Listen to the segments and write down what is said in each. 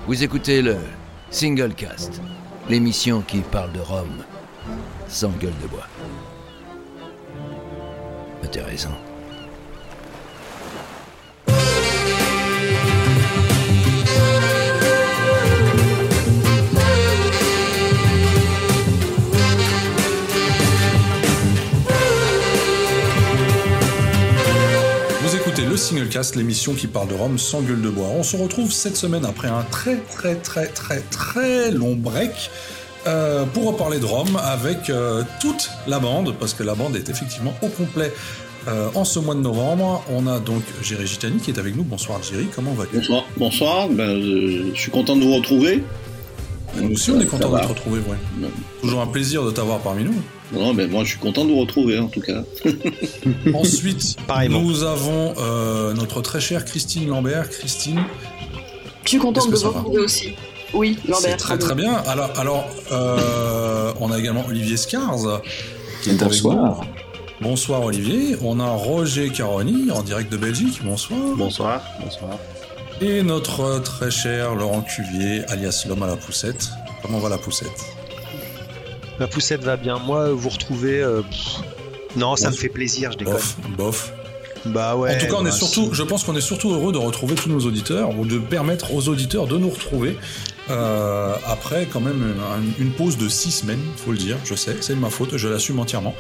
Vous écoutez le Single Cast, l'émission qui parle de Rome sans gueule de bois. Intéressant. Le Singlecast, l'émission qui parle de Rome sans gueule de bois. On se retrouve cette semaine après un très long break pour reparler de Rome avec toute la bande, parce que la bande est effectivement au complet en ce mois de novembre. On a donc Jerry Gitani qui est avec nous. Bonsoir Jerry, comment vas-tu ? Bonsoir, je suis content de vous retrouver. Nous aussi on est content de te retrouver, ouais. Toujours un plaisir de t'avoir parmi nous. Non, mais moi je suis content de vous retrouver en tout cas. Ensuite, nous avons notre très chère Christine Lambert. Christine, je suis contente de vous retrouver aussi. Oui, Lambert. C'est très bien. Alors, on a également Olivier Scars qui est Bonsoir. avec nous. Bonsoir Olivier. On a Roger Caroni en direct de Belgique. Bonsoir. Bonsoir. Et notre très cher Laurent Cuvier, alias l'homme à la poussette. Comment va la poussette ? Ma poussette va bien. Moi, vous retrouver... Non, ça me fait plaisir, je déconne. Bof. Bah ouais. En tout cas, je pense qu'on est surtout heureux de retrouver tous nos auditeurs, ou de permettre aux auditeurs de nous retrouver après quand même une pause de 6 semaines, faut le dire, je sais, c'est de ma faute, je l'assume entièrement.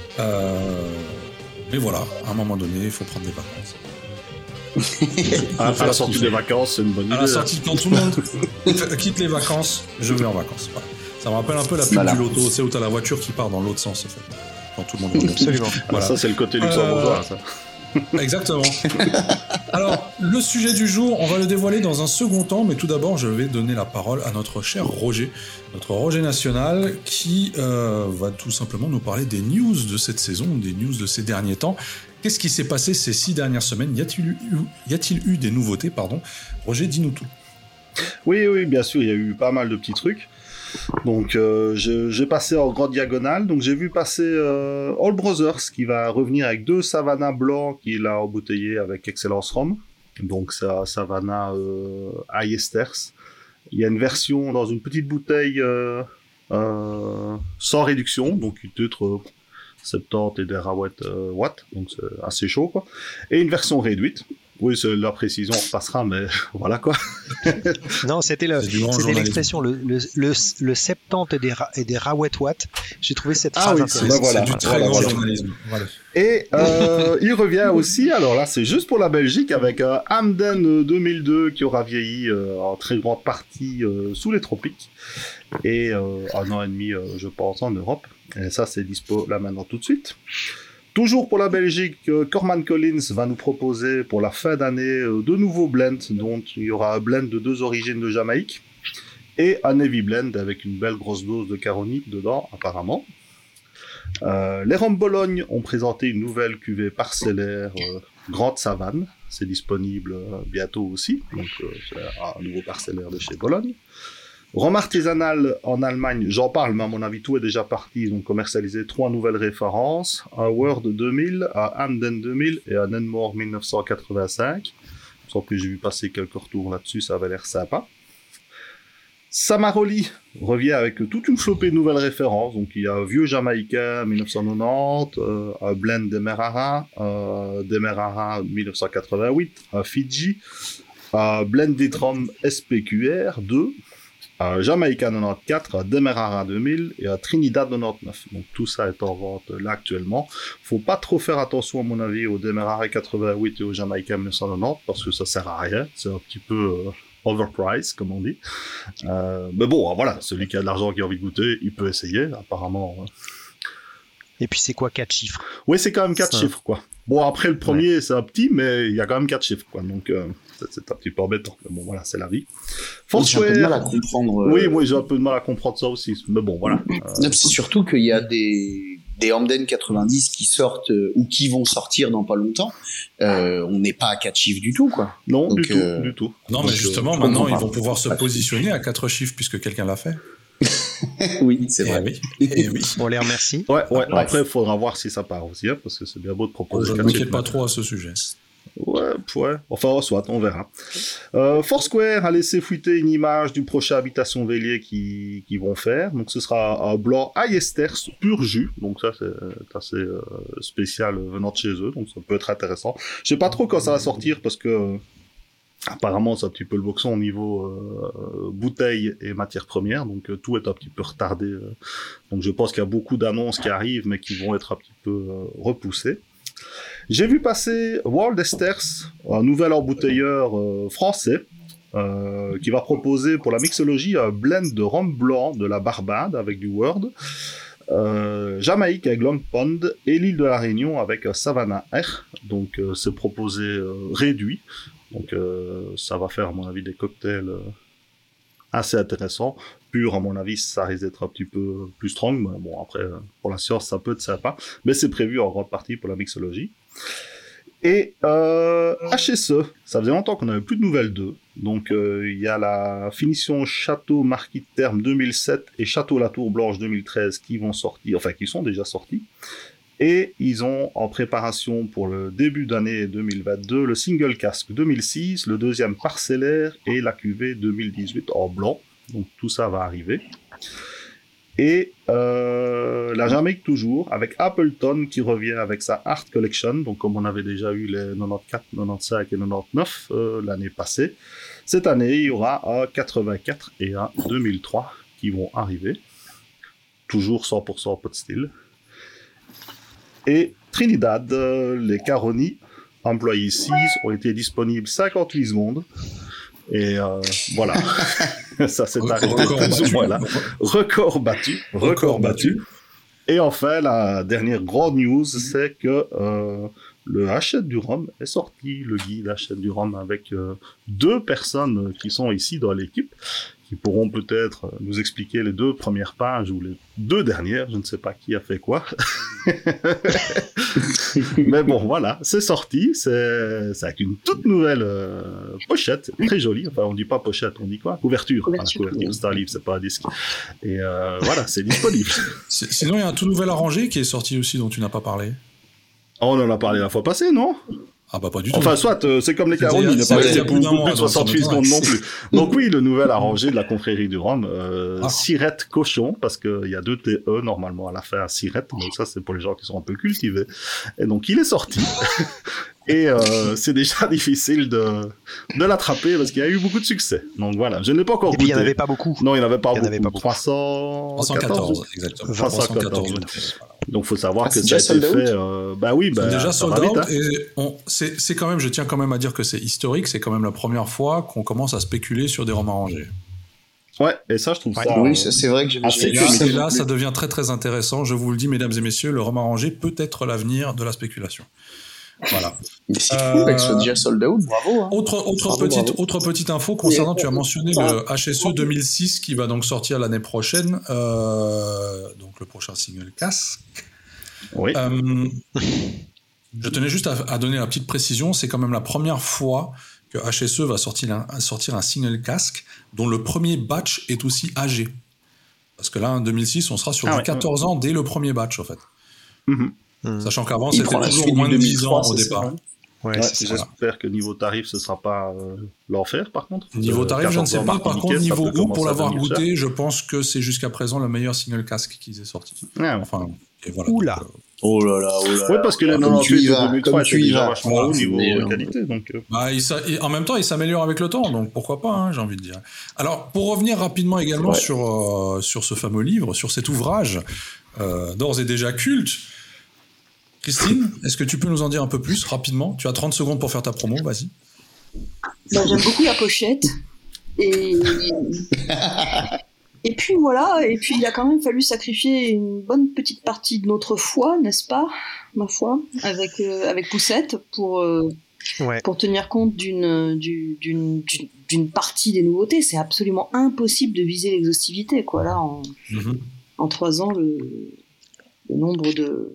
Mais voilà, à un moment donné, il faut prendre des vacances. À la sortie des vacances, c'est une bonne idée. À la sortie, quand tout le monde quitte les vacances, je vais en vacances. Voilà. Ça me rappelle un peu la pub du loto, c'est où t'as la voiture qui part dans l'autre sens, en fait. Quand tout le monde est absolument. Voilà. Ça, c'est le côté luxembourgeois, ça. Exactement. Alors, le sujet du jour, on va le dévoiler dans un second temps, mais tout d'abord, je vais donner la parole à notre cher Roger, notre Roger national, qui va tout simplement nous parler des news de cette saison, des news de ces derniers temps. Qu'est-ce qui s'est passé ces 6 dernières semaines ? Y a-t-il eu des nouveautés, pardon ? Roger, dis-nous tout. Oui, bien sûr, il y a eu pas mal de petits trucs. Donc j'ai passé en grande diagonale, donc j'ai vu passer All Brothers qui va revenir avec 2 Savannah blancs qu'il a embouteillés avec Excellence Rhum. Donc ça Savannah High Esters. Il y a une version dans une petite bouteille sans réduction, donc il peut être 70 et des rawet watts, donc c'est assez chaud quoi. Et une version réduite. Oui, c'est la précision, on repassera, mais voilà quoi. Non, c'était l'expression, le 70 et des rawet watts. J'ai trouvé cette phrase intéressante. C'est du très grand journalisme. Voilà. Et il revient aussi, alors là c'est juste pour la Belgique, avec un Hamden 2002 qui aura vieilli en très grande partie sous les tropiques. Et 1 an et demi, je pense, en Europe. Et ça, c'est dispo là maintenant tout de suite. Toujours pour la Belgique, Corman Collins va nous proposer pour la fin d'année de nouveaux blends, dont il y aura un blend de 2 origines de Jamaïque et un heavy blend avec une belle grosse dose de Caroni dedans, apparemment. Les Rhum Bologne ont présenté une nouvelle cuvée parcellaire Grande Savane. C'est disponible bientôt aussi, donc c'est un nouveau parcellaire de chez Bologne. Rhum artisanal en Allemagne, j'en parle, mais à mon avis tout est déjà parti. Ils ont commercialisé 3 nouvelles références, un Word 2000, un Hamden 2000 et un Enmore 1985. Sans plus, j'ai vu passer quelques retours là-dessus, ça avait l'air sympa. Samaroli revient avec toute une flopée de nouvelles références. Donc il y a un vieux Jamaïcain 1990, un blend Demerara, Demerara 1988, un Fidji, un Blended Rum SPQR 2, un Jamaïca 94, un Demerara 2000 et un Trinidad 99. Donc tout ça est en vente là actuellement. Faut pas trop faire attention à mon avis au Demerara 88 et au Jamaïca 1990 parce que ça sert à rien. C'est un petit peu overpriced comme on dit. Mais bon, voilà, celui qui a de l'argent qui a envie de goûter, il peut essayer apparemment. Et puis c'est quoi 4 chiffres ? Oui, c'est quand même 4 chiffres quoi. Bon après le premier c'est un petit, mais il y a quand même 4 chiffres quoi. Donc c'est un petit peu embêtant. Mais bon voilà, c'est la vie. J'ai un peu de mal à comprendre. Oui, j'ai un peu de mal à comprendre ça aussi. Mais bon voilà. C'est surtout qu'il y a des Hamden 90 qui sortent ou qui vont sortir dans pas longtemps. On n'est pas à 4 chiffres du tout quoi. Non, donc, du tout. Non, mais justement maintenant ils vont pouvoir se positionner à 4 chiffres puisque quelqu'un l'a fait. Oui, c'est vrai. Oui. On les remercie. Ouais. Après, il faudra voir si ça part aussi, hein, parce que c'est bien beau de proposer. Je ne m'inquiète pas trop à ce sujet. Ouais. Enfin, soit, on verra. Foursquare a laissé fuiter une image du prochain Habitation Vélier qu'ils vont faire. Donc, ce sera un blanc Ayesters pur jus. Donc, ça, c'est assez spécial venant de chez eux. Donc, ça peut être intéressant. Je sais pas trop quand ça va sortir parce que apparemment, c'est un petit peu le boxon au niveau bouteilles et matières premières. Donc, tout est un petit peu retardé. Donc, je pense qu'il y a beaucoup d'annonces qui arrivent, mais qui vont être un petit peu repoussées. J'ai vu passer World Esters, un nouvel embouteilleur français, qui va proposer pour la mixologie un blend de rhum blanc de la Barbade avec du Word, Jamaïque avec Long Pond et l'île de la Réunion avec Savannah R. Donc c'est proposé réduit. Donc ça va faire à mon avis des cocktails assez intéressants. Pur, à mon avis, ça risque d'être un petit peu plus strong. Mais bon, après, pour la science, ça peut être sympa. Mais c'est prévu en grande partie pour la mixologie. Et HSE, ça faisait longtemps qu'on n'avait plus de nouvelles d'eux. Donc, il y a la finition Château Marquis de Terme 2007 et Château La Tour Blanche 2013 qui vont sortir, enfin, qui sont déjà sortis. Et ils ont en préparation pour le début d'année 2022 le Single Cask 2006, le deuxième parcellaire et la cuvée 2018 en blanc. Donc tout ça va arriver. Et la Jamaïque toujours, avec Appleton qui revient avec sa Art Collection. Donc comme on avait déjà eu les 94, 95 et 99 l'année passée. Cette année, il y aura un 84 et un 2003 qui vont arriver. Toujours 100% pot style. Et Trinidad, les Caroni, employés 6, ont été disponibles 58 secondes. Et voilà, ça s'est arrêté plus ou moins là. Record battu. Et enfin, la dernière grande news, c'est que le Hachette du Rhum est sorti, le guide Hachette du Rhum, avec 2 personnes qui sont ici dans l'équipe, qui pourront peut-être nous expliquer les 2 premières pages ou les 2 dernières, je ne sais pas qui a fait quoi. Mais bon, voilà, c'est sorti, c'est avec une toute nouvelle pochette, très jolie, enfin on dit pas pochette, on dit quoi ? Couverture. Enfin, la couverture, c'est un livre, c'est pas un disque. Et voilà, c'est disponible. Sinon, il y a un tout nouvel arrangé qui est sorti aussi, dont tu n'as pas parlé. On en a parlé la fois passée, non ? Ah bah pas du tout. Enfin, soit, c'est comme les Caroni, il n'est pas resté pour plus de 68 secondes non plus. Donc oui, le nouvel arrangé de la confrérie du Rhum, Sirette Cochon, parce qu'il y a 2 TE normalement à la fin, Sirette, donc ça c'est pour les gens qui sont un peu cultivés. Et donc il est sorti. Et c'est déjà difficile de l'attraper parce qu'il y a eu beaucoup de succès. Donc voilà, je ne l'ai pas encore goûté. Et puis il n'y en avait pas beaucoup. Non, il n'y en avait pas beaucoup. 314, exactement. 314. Donc faut savoir que ça a été fait. C'est déjà sold out. Hein. Et c'est quand même, je tiens quand même à dire que c'est historique. C'est quand même la première fois qu'on commence à spéculer sur des rhums arrangés. Ouais, et ça, je trouve ça. Oui, c'est vrai que et là, ça devient très très intéressant. Je vous le dis, mesdames et messieurs, le rhum arrangé peut être l'avenir de la spéculation. Voilà. C'est fou qu'elle soit déjà sold out, bravo. Hein. Autre petite info concernant, tu as mentionné le HSE 2006 qui va donc sortir l'année prochaine, donc le prochain single casque. Oui. Je tenais juste à donner la petite précision, c'est quand même la première fois que HSE va sortir un single casque dont le premier batch est aussi âgé. Parce que là, en 2006, on sera sur du 14 ans dès le premier batch, en fait. Sachant qu'avant, c'était toujours moins de 10 ans au départ. J'espère que niveau tarif, ce sera pas l'enfer, par contre. Niveau tarif, je ne sais pas. Par contre, niveau goût, pour l'avoir goûté, je pense que c'est jusqu'à présent le meilleur single casque qu'ils aient sorti. Enfin, et voilà. Oula. Oh là là. Oui, parce que les 98 et 2003 étaient déjà vachement haut niveau qualité. Donc, en même temps, il s'améliore avec le temps, donc pourquoi pas, hein, j'ai envie de dire. Alors, pour revenir rapidement également sur ce fameux livre, sur cet ouvrage, d'ores et déjà culte, Christine, est-ce que tu peux nous en dire un peu plus rapidement ? Tu as 30 secondes pour faire ta promo, vas-y. J'aime beaucoup la pochette. Et puis voilà, et puis il a quand même fallu sacrifier une bonne petite partie de notre foi, n'est-ce pas ? Ma foi, avec Poussette pour tenir compte d'une partie des nouveautés. C'est absolument impossible de viser l'exhaustivité, quoi. Là, en 3 ans, le nombre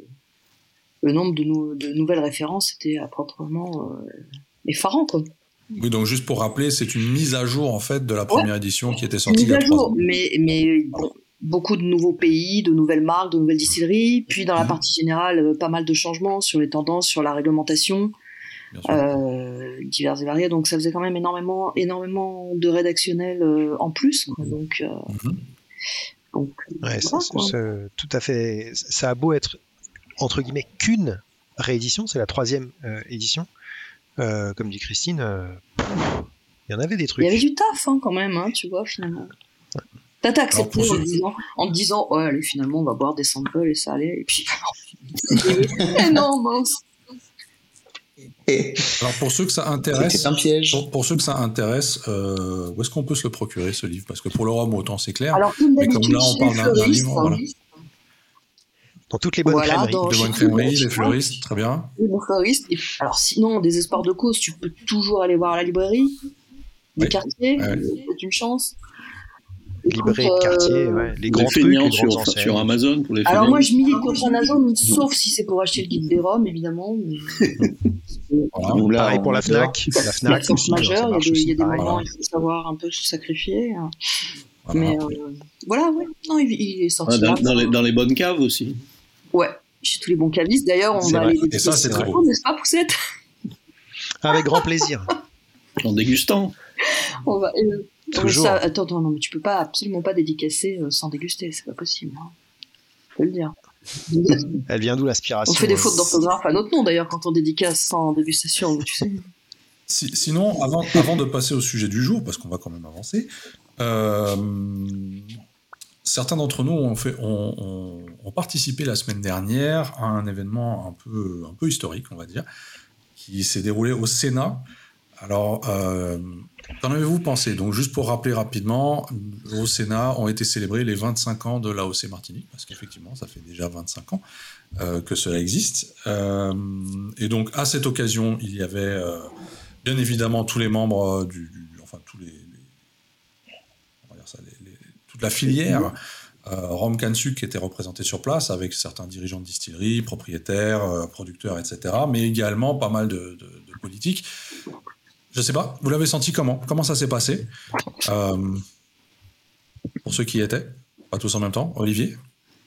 de nouvelles références était proprement effarant, quoi. Oui, donc juste pour rappeler, c'est une mise à jour en fait de la première édition qui était sortie il y a 3 ans. Mais bon, beaucoup de nouveaux pays, de nouvelles marques, de nouvelles distilleries, puis dans la partie générale, pas mal de changements sur les tendances, sur la réglementation. divers et variés. Donc ça faisait quand même énormément de rédactionnel en plus. Quoi. Donc ouais, tout à fait. Ça a beau être entre guillemets qu'une réédition, c'est la 3e édition. Comme dit Christine, il y en avait des trucs. Il y avait du taf quand même, tu vois, finalement. Ouais. T'as accepté en te disant, ouais, allez, finalement, on va boire des samples et ça allait. Et puis, non, mince. Alors, pour ceux que ça intéresse, c'est un piège. Pour ceux que ça intéresse, où est-ce qu'on peut se le procurer, ce livre? Parce que pour le rhum, autant c'est clair. Alors, mais comme là, on parle d'un livre, voilà. Dans toutes les bonnes crèmeries. Les bonnes crèmeries, les fleuristes, très bien. Les bons fleuristes. Et alors, sinon, désespoir de cause, tu peux toujours aller voir à la librairie. Des quartiers, c'est une chance. Librairie de quartier, les grands trucs, les grandes enseignes. Sur Amazon pour les fainéants. Alors moi je milite contre Amazon, sauf si c'est pour acheter le guide des roms, évidemment. Voilà. Pareil pour la Fnac. La Fnac, c'est majeur, il y a des moments où il faut savoir un peu se sacrifier. Voilà. Mais voilà, non, il est sorti dans les bonnes caves aussi. Ouais, chez tous les bons cavistes. D'ailleurs, on va aller... Et ça, c'est très beau. N'est-ce pas, Poussette? Avec grand plaisir. En dégustant. On va... Toujours. Attends, non, mais tu peux absolument pas dédicacer sans déguster, c'est pas possible. Je peux le dire. Elle vient d'où l'aspiration? On fait des fautes d'orthographe à notre nom d'ailleurs quand on dédicace sans dégustation, tu sais. Sinon, avant de passer au sujet du jour, parce qu'on va quand même avancer, certains d'entre nous ont participé la semaine dernière à un événement un peu historique, on va dire, qui s'est déroulé au Sénat. Alors, qu'en avez-vous pensé? Donc, juste pour rappeler rapidement, au Sénat ont été célébrés les 25 ans de l'AOC Martinique, parce qu'effectivement, ça fait déjà 25 ans que cela existe. Et donc, à cette occasion, il y avait bien évidemment tous les membres toute la filière Rhum Can Sucre qui était représentée sur place, avec certains dirigeants de distilleries, propriétaires, producteurs, etc., mais également pas mal de politiques. Je sais pas, vous l'avez senti comment? Comment ça s'est passé? Pour ceux qui y étaient, pas tous en même temps. Olivier?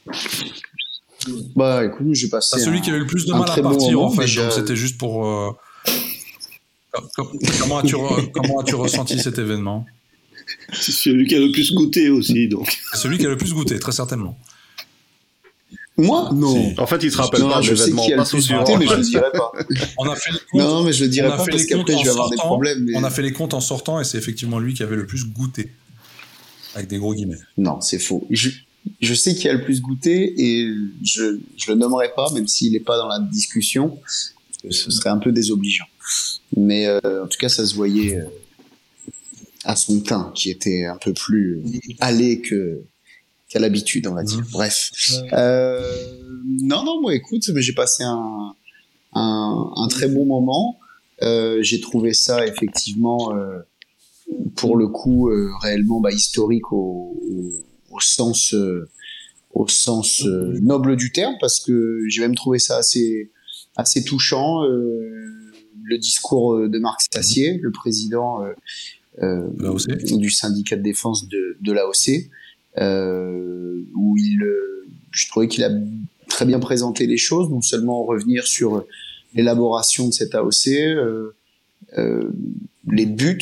Bah écoute, j'ai passé. C'est celui qui avait le plus de mal à partir en fait, donc c'était juste pour. Comment as-tu ressenti cet événement? C'est celui qui a le plus goûté aussi, donc. C'est celui qui a le plus goûté, très certainement. Moi non. En fait, il se rappelle pas de l'événement. Je sais qui a le plus goûté, mais je le dirai pas. On a fait les comptes. Non, mais je le dirai pas parce qu'après je vais avoir des problèmes. Mais... On a fait les comptes en sortant et c'est effectivement lui qui avait le plus goûté, avec des gros guillemets. Non, c'est faux. Je sais qui a le plus goûté et je le nommerai pas, même s'il n'est pas dans la discussion. Ce serait un peu désobligeant. Mais en tout cas, ça se voyait à son teint, qui était un peu plus allé qu'à l'habitude, on va dire. Bref. Non, moi, écoute, j'ai passé un très bon moment. J'ai trouvé ça, effectivement, pour le coup, réellement historique au sens noble du terme, parce que j'ai même trouvé ça assez touchant. Le discours de Marc Sassier, le président du syndicat de défense de l'AOC, où je trouvais qu'il a très bien présenté les choses, non seulement revenir sur l'élaboration de cette AOC, les buts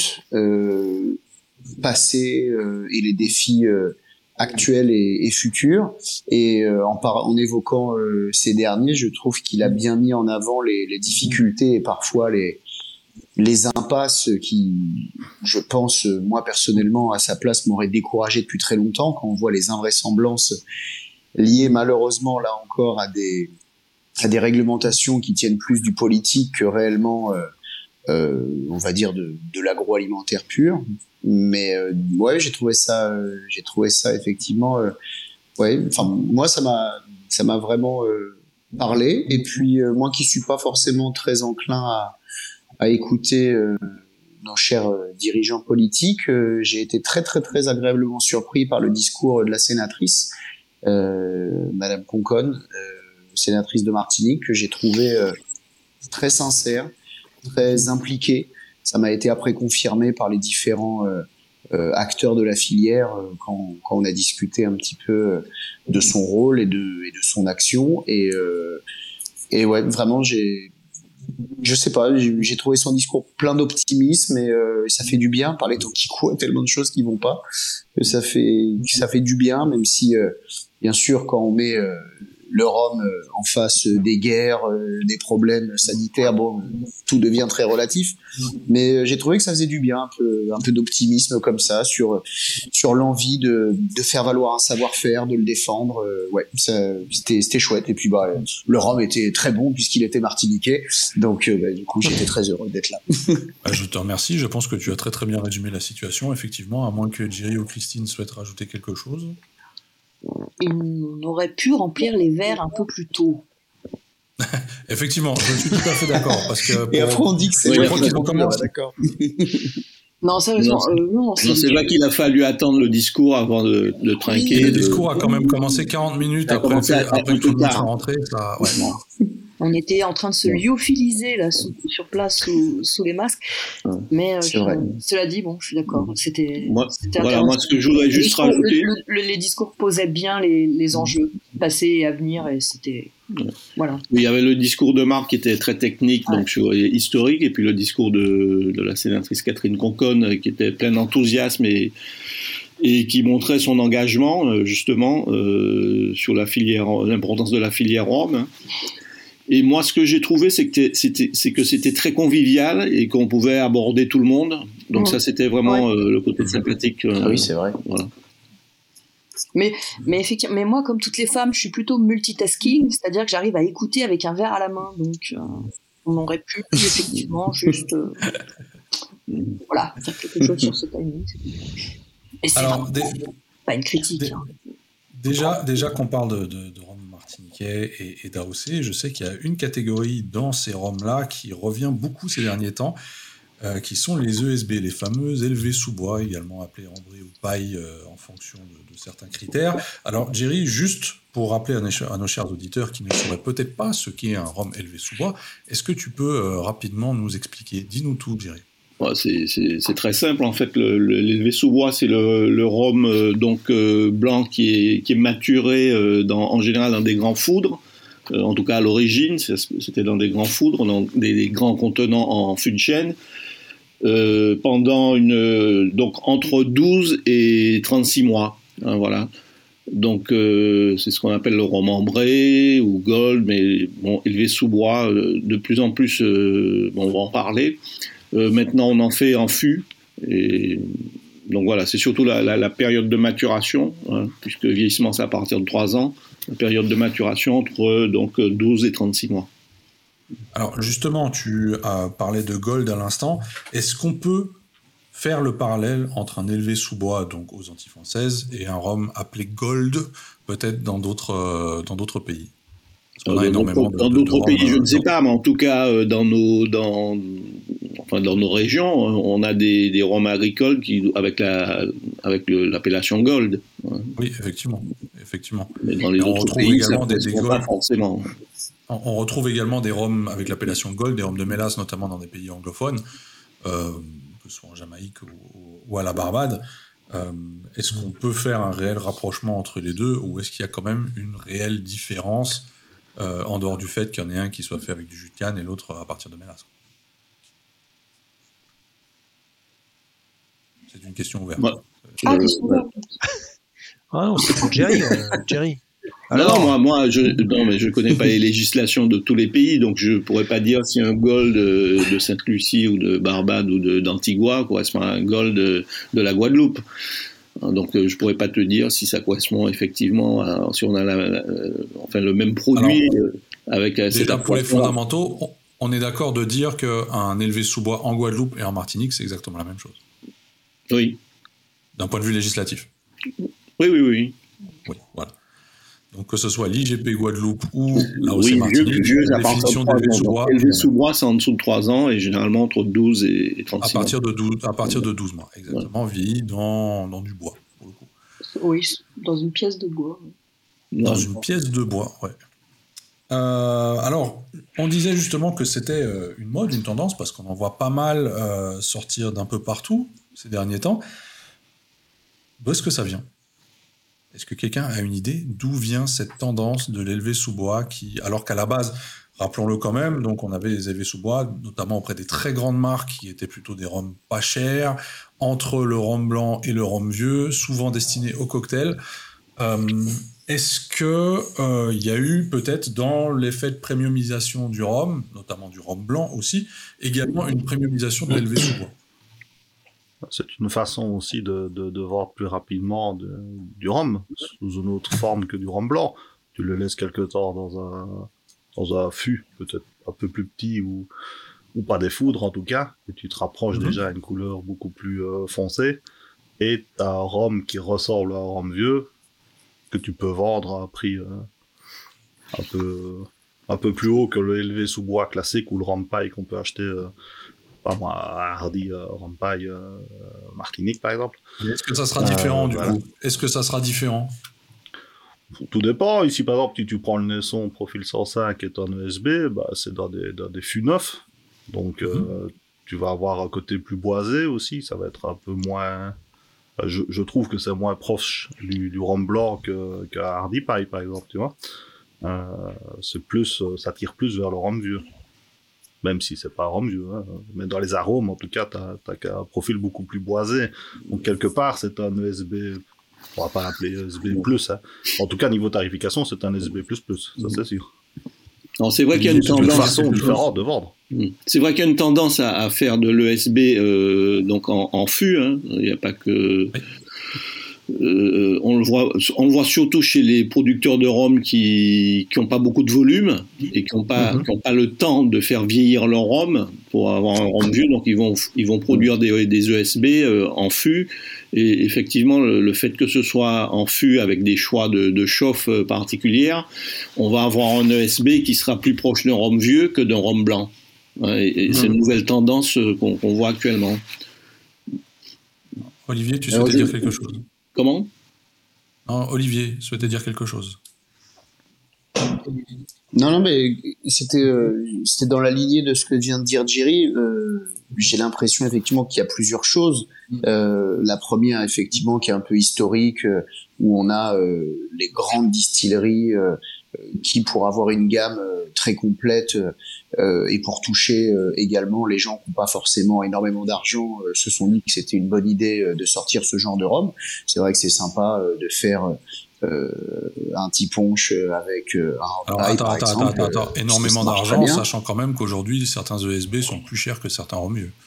passés et les défis actuels et futurs, et en évoquant ces derniers, je trouve qu'il a bien mis en avant les difficultés et parfois les impasses qui, je pense, moi personnellement, à sa place, m'auraient découragé depuis très longtemps, quand on voit les invraisemblances liées malheureusement, là encore, à des réglementations qui tiennent plus du politique que réellement, on va dire, de l'agroalimentaire pur. Mais ouais, j'ai trouvé ça effectivement, moi ça m'a vraiment parlé. Et puis moi qui suis pas forcément très enclin à écouter nos chers dirigeants politiques, j'ai été très très très agréablement surpris par le discours de la sénatrice Madame Conconne, sénatrice de Martinique, que j'ai trouvé très sincère, très impliquée. Ça m'a été après confirmé par les différents acteurs de la filière quand on a discuté un petit peu de son rôle et de son action. Et ouais, vraiment, j'ai je sais pas, j'ai trouvé son discours plein d'optimisme et ça fait du bien. Parler Tokiku a tellement de choses qui vont pas que ça fait du bien, même si bien sûr quand on met le Rhum en face des guerres, des problèmes sanitaires, bon, tout devient très relatif. Mais j'ai trouvé que ça faisait du bien, un peu d'optimisme comme ça sur l'envie de faire valoir un savoir-faire, de le défendre. Ouais, c'était chouette. Et puis le Rhum était très bon puisqu'il était martiniquais, donc du coup j'étais très heureux d'être là. Je te remercie. Je pense que tu as très très bien résumé la situation. Effectivement, à moins que Jerry ou Christine souhaitent rajouter quelque chose. On aurait pu remplir les verres un peu plus tôt. Effectivement, je suis tout à fait d'accord. Parce que et après, on dit que c'est je crois qu'ils ont commencé. D'accord. Non, sérieusement, non, c'est vrai qu'il a fallu attendre le discours avant de trinquer. Le discours a quand même commencé 40 minutes après que tout le monde soit rentré. Ça, ouais. On était en train de se lyophiliser là, sur place sous les masques. Mais cela dit, bon, je suis d'accord. C'était moi, ce que je voudrais juste rajouter. Les discours posaient bien les enjeux passés et à venir, et c'était. Voilà. Oui, il y avait le discours de Marc qui était très technique, donc historique, et puis le discours de la sénatrice Catherine Conconne qui était plein d'enthousiasme et qui montrait son engagement justement sur l'importance de la filière Rhum. Et moi, ce que j'ai trouvé, c'est que c'était très convivial et qu'on pouvait aborder tout le monde. Donc ça, c'était vraiment le côté sympathique. Ah oui, c'est vrai. Voilà. Mais effectivement, mais moi, comme toutes les femmes, je suis plutôt multitasking, c'est-à-dire que j'arrive à écouter avec un verre à la main. Donc, on aurait pu effectivement juste, voilà, faire quelque chose sur ce timing. Et c'est pas une critique. Déjà qu'on parle de rhum martiniquais et d'AOC, je sais qu'il y a une catégorie dans ces rhums-là qui revient beaucoup ces derniers temps, qui sont les ESB, les fameux élevés sous bois, également appelés ambré ou paille en fonction de certains critères. Alors Jerry, juste pour rappeler à nos chers auditeurs qui ne sauraient peut-être pas ce qu'est un rhum élevé sous bois, est-ce que tu peux rapidement nous expliquer ? Dis-nous tout, Jerry. Ouais, c'est très simple en fait. L'élevé sous bois, c'est le rhum blanc qui est maturé en général dans des grands foudres. En tout cas à l'origine, c'était dans des grands foudres, dans des grands contenants en fût de chêne, pendant donc entre 12 et 36 mois. Hein, voilà. Donc c'est ce qu'on appelle le rhum ambré ou gold, mais bon, élevé sous bois, de plus en plus, on va en parler. Maintenant, on en fait en fût. Et donc voilà, c'est surtout la période de maturation, hein, puisque vieillissement, c'est à partir de 3 ans. La période de maturation entre 12 et 36 mois. Alors justement, tu as parlé de gold à l'instant. Est-ce qu'on peut faire le parallèle entre un élevé sous bois, donc aux Antilles françaises, et un rhum appelé gold, peut-être dans d'autres pays ? Dans d'autres pays, je ne sais pas, mais en tout cas, dans nos régions, on a des rhums agricoles avec l'appellation gold. Oui, effectivement. Mais dans les autres pays, ça ne correspond pas forcément. On retrouve également des rhums avec l'appellation gold, des rhums de mélasse, notamment dans des pays anglophones, que ce soit en Jamaïque ou à la Barbade. Est-ce qu'on peut faire un réel rapprochement entre les deux, ou est-ce qu'il y a quand même une réelle différence en dehors du fait qu'il y en ait un qui soit fait avec du jus de canne et l'autre à partir de mélasse? C'est une question ouverte. Question ouverte. Non, c'est pour Jerry. Jerry. Alors, moi, je connais pas les législations de tous les pays, donc je pourrais pas dire si un gold de Sainte-Lucie ou de Barbade ou d'Antigua correspond à un gold de la Guadeloupe. Donc, je pourrais pas te dire si ça correspond effectivement si on a le même produit. Avec déjà, pour les fondamentaux, on est d'accord de dire qu'un élevé sous bois en Guadeloupe et en Martinique, c'est exactement la même chose. Oui. D'un point de vue législatif. Oui. Oui, voilà. Donc que ce soit l'IGP Guadeloupe ou l'AOC Martinique, la définition d'élevé sous bois. Élevé sous bois, c'est en dessous de 3 ans et généralement entre 12 et 36 mois. À partir de 12 mois, exactement, vieilli dans du bois, pour le coup. Oui, dans une pièce de bois. Dans une pièce de bois, ouais. Alors, on disait justement que c'était une mode, une tendance, parce qu'on en voit pas mal sortir d'un peu partout ces derniers temps. D'où est-ce que ça vient ? Est-ce que quelqu'un a une idée d'où vient cette tendance de l'élevé sous bois alors qu'à la base, rappelons-le quand même, donc on avait les élevés sous bois, notamment auprès des très grandes marques qui étaient plutôt des rhums pas chers, entre le rhum blanc et le rhum vieux, souvent destinés au cocktail. Est-ce que y a eu peut-être dans l'effet de premiumisation du rhum, notamment du rhum blanc aussi, également une premiumisation de l'élevé sous bois? C'est une façon aussi de vendre plus rapidement du rhum, sous une autre forme que du rhum blanc. Tu le laisses quelque temps dans un fût, peut-être un peu plus petit ou pas des foudres en tout cas, et tu te rapproches déjà à une couleur beaucoup plus foncée, et t'as un rhum qui ressemble à un rhum vieux, que tu peux vendre à un prix un peu plus haut que le élevé sous bois classique ou le rhum paille qu'on peut acheter à Hardy, rhum paille Martinique par exemple. Est-ce que ça sera différent du coup? Est-ce que ça sera différent? Tout dépend. Ici par exemple, si tu prends le Naisson profil 105 et un ESB, c'est dans des fûts neufs, donc tu vas avoir un côté plus boisé aussi, ça va être un peu moins... Je trouve que c'est moins proche du rhum blanc qu'un Hardy Pie, par exemple, tu vois. C'est plus, ça tire plus vers le rhum vieux. Même si c'est pas un rhum vieux, hein. Mais dans les arômes, en tout cas, t'as un profil beaucoup plus boisé. Donc, quelque part, c'est un ESB, on va pas l'appeler ESB+, hein. En tout cas, niveau tarification, c'est un ESB++, ça c'est sûr. Alors, c'est vrai qu'il y a une tendance... C'est une façon différente de vendre. C'est vrai qu'il y a une tendance à faire de l'ESB donc en fût. Hein. Il n'y a pas que... on le voit surtout chez les producteurs de rhum qui n'ont pas beaucoup de volume et qui n'ont pas le temps de faire vieillir leur rhum pour avoir un rhum vieux, donc ils vont produire des ESB en fût, et effectivement le fait que ce soit en fût avec des choix de chauffe particulières, on va avoir un ESB qui sera plus proche d'un rhum vieux que d'un rhum blanc, et c'est une nouvelle tendance qu'on voit actuellement. Olivier, tu souhaitais dire quelque chose? Comment? Non, Olivier souhaitait dire quelque chose. Non, mais c'était dans la lignée de ce que vient de dire Jerry. J'ai l'impression effectivement qu'il y a plusieurs choses. La première, effectivement, qui est un peu historique, où on a les grandes distilleries qui, pour avoir une gamme très complète et pour toucher également les gens qui n'ont pas forcément énormément d'argent, se sont dit que c'était une bonne idée de sortir ce genre de rhum. C'est vrai que c'est sympa de faire un petit punch avec un paille, par exemple. Attends, énormément d'argent, sachant quand même qu'aujourd'hui certains ESB sont plus chers que certains rhum vieux.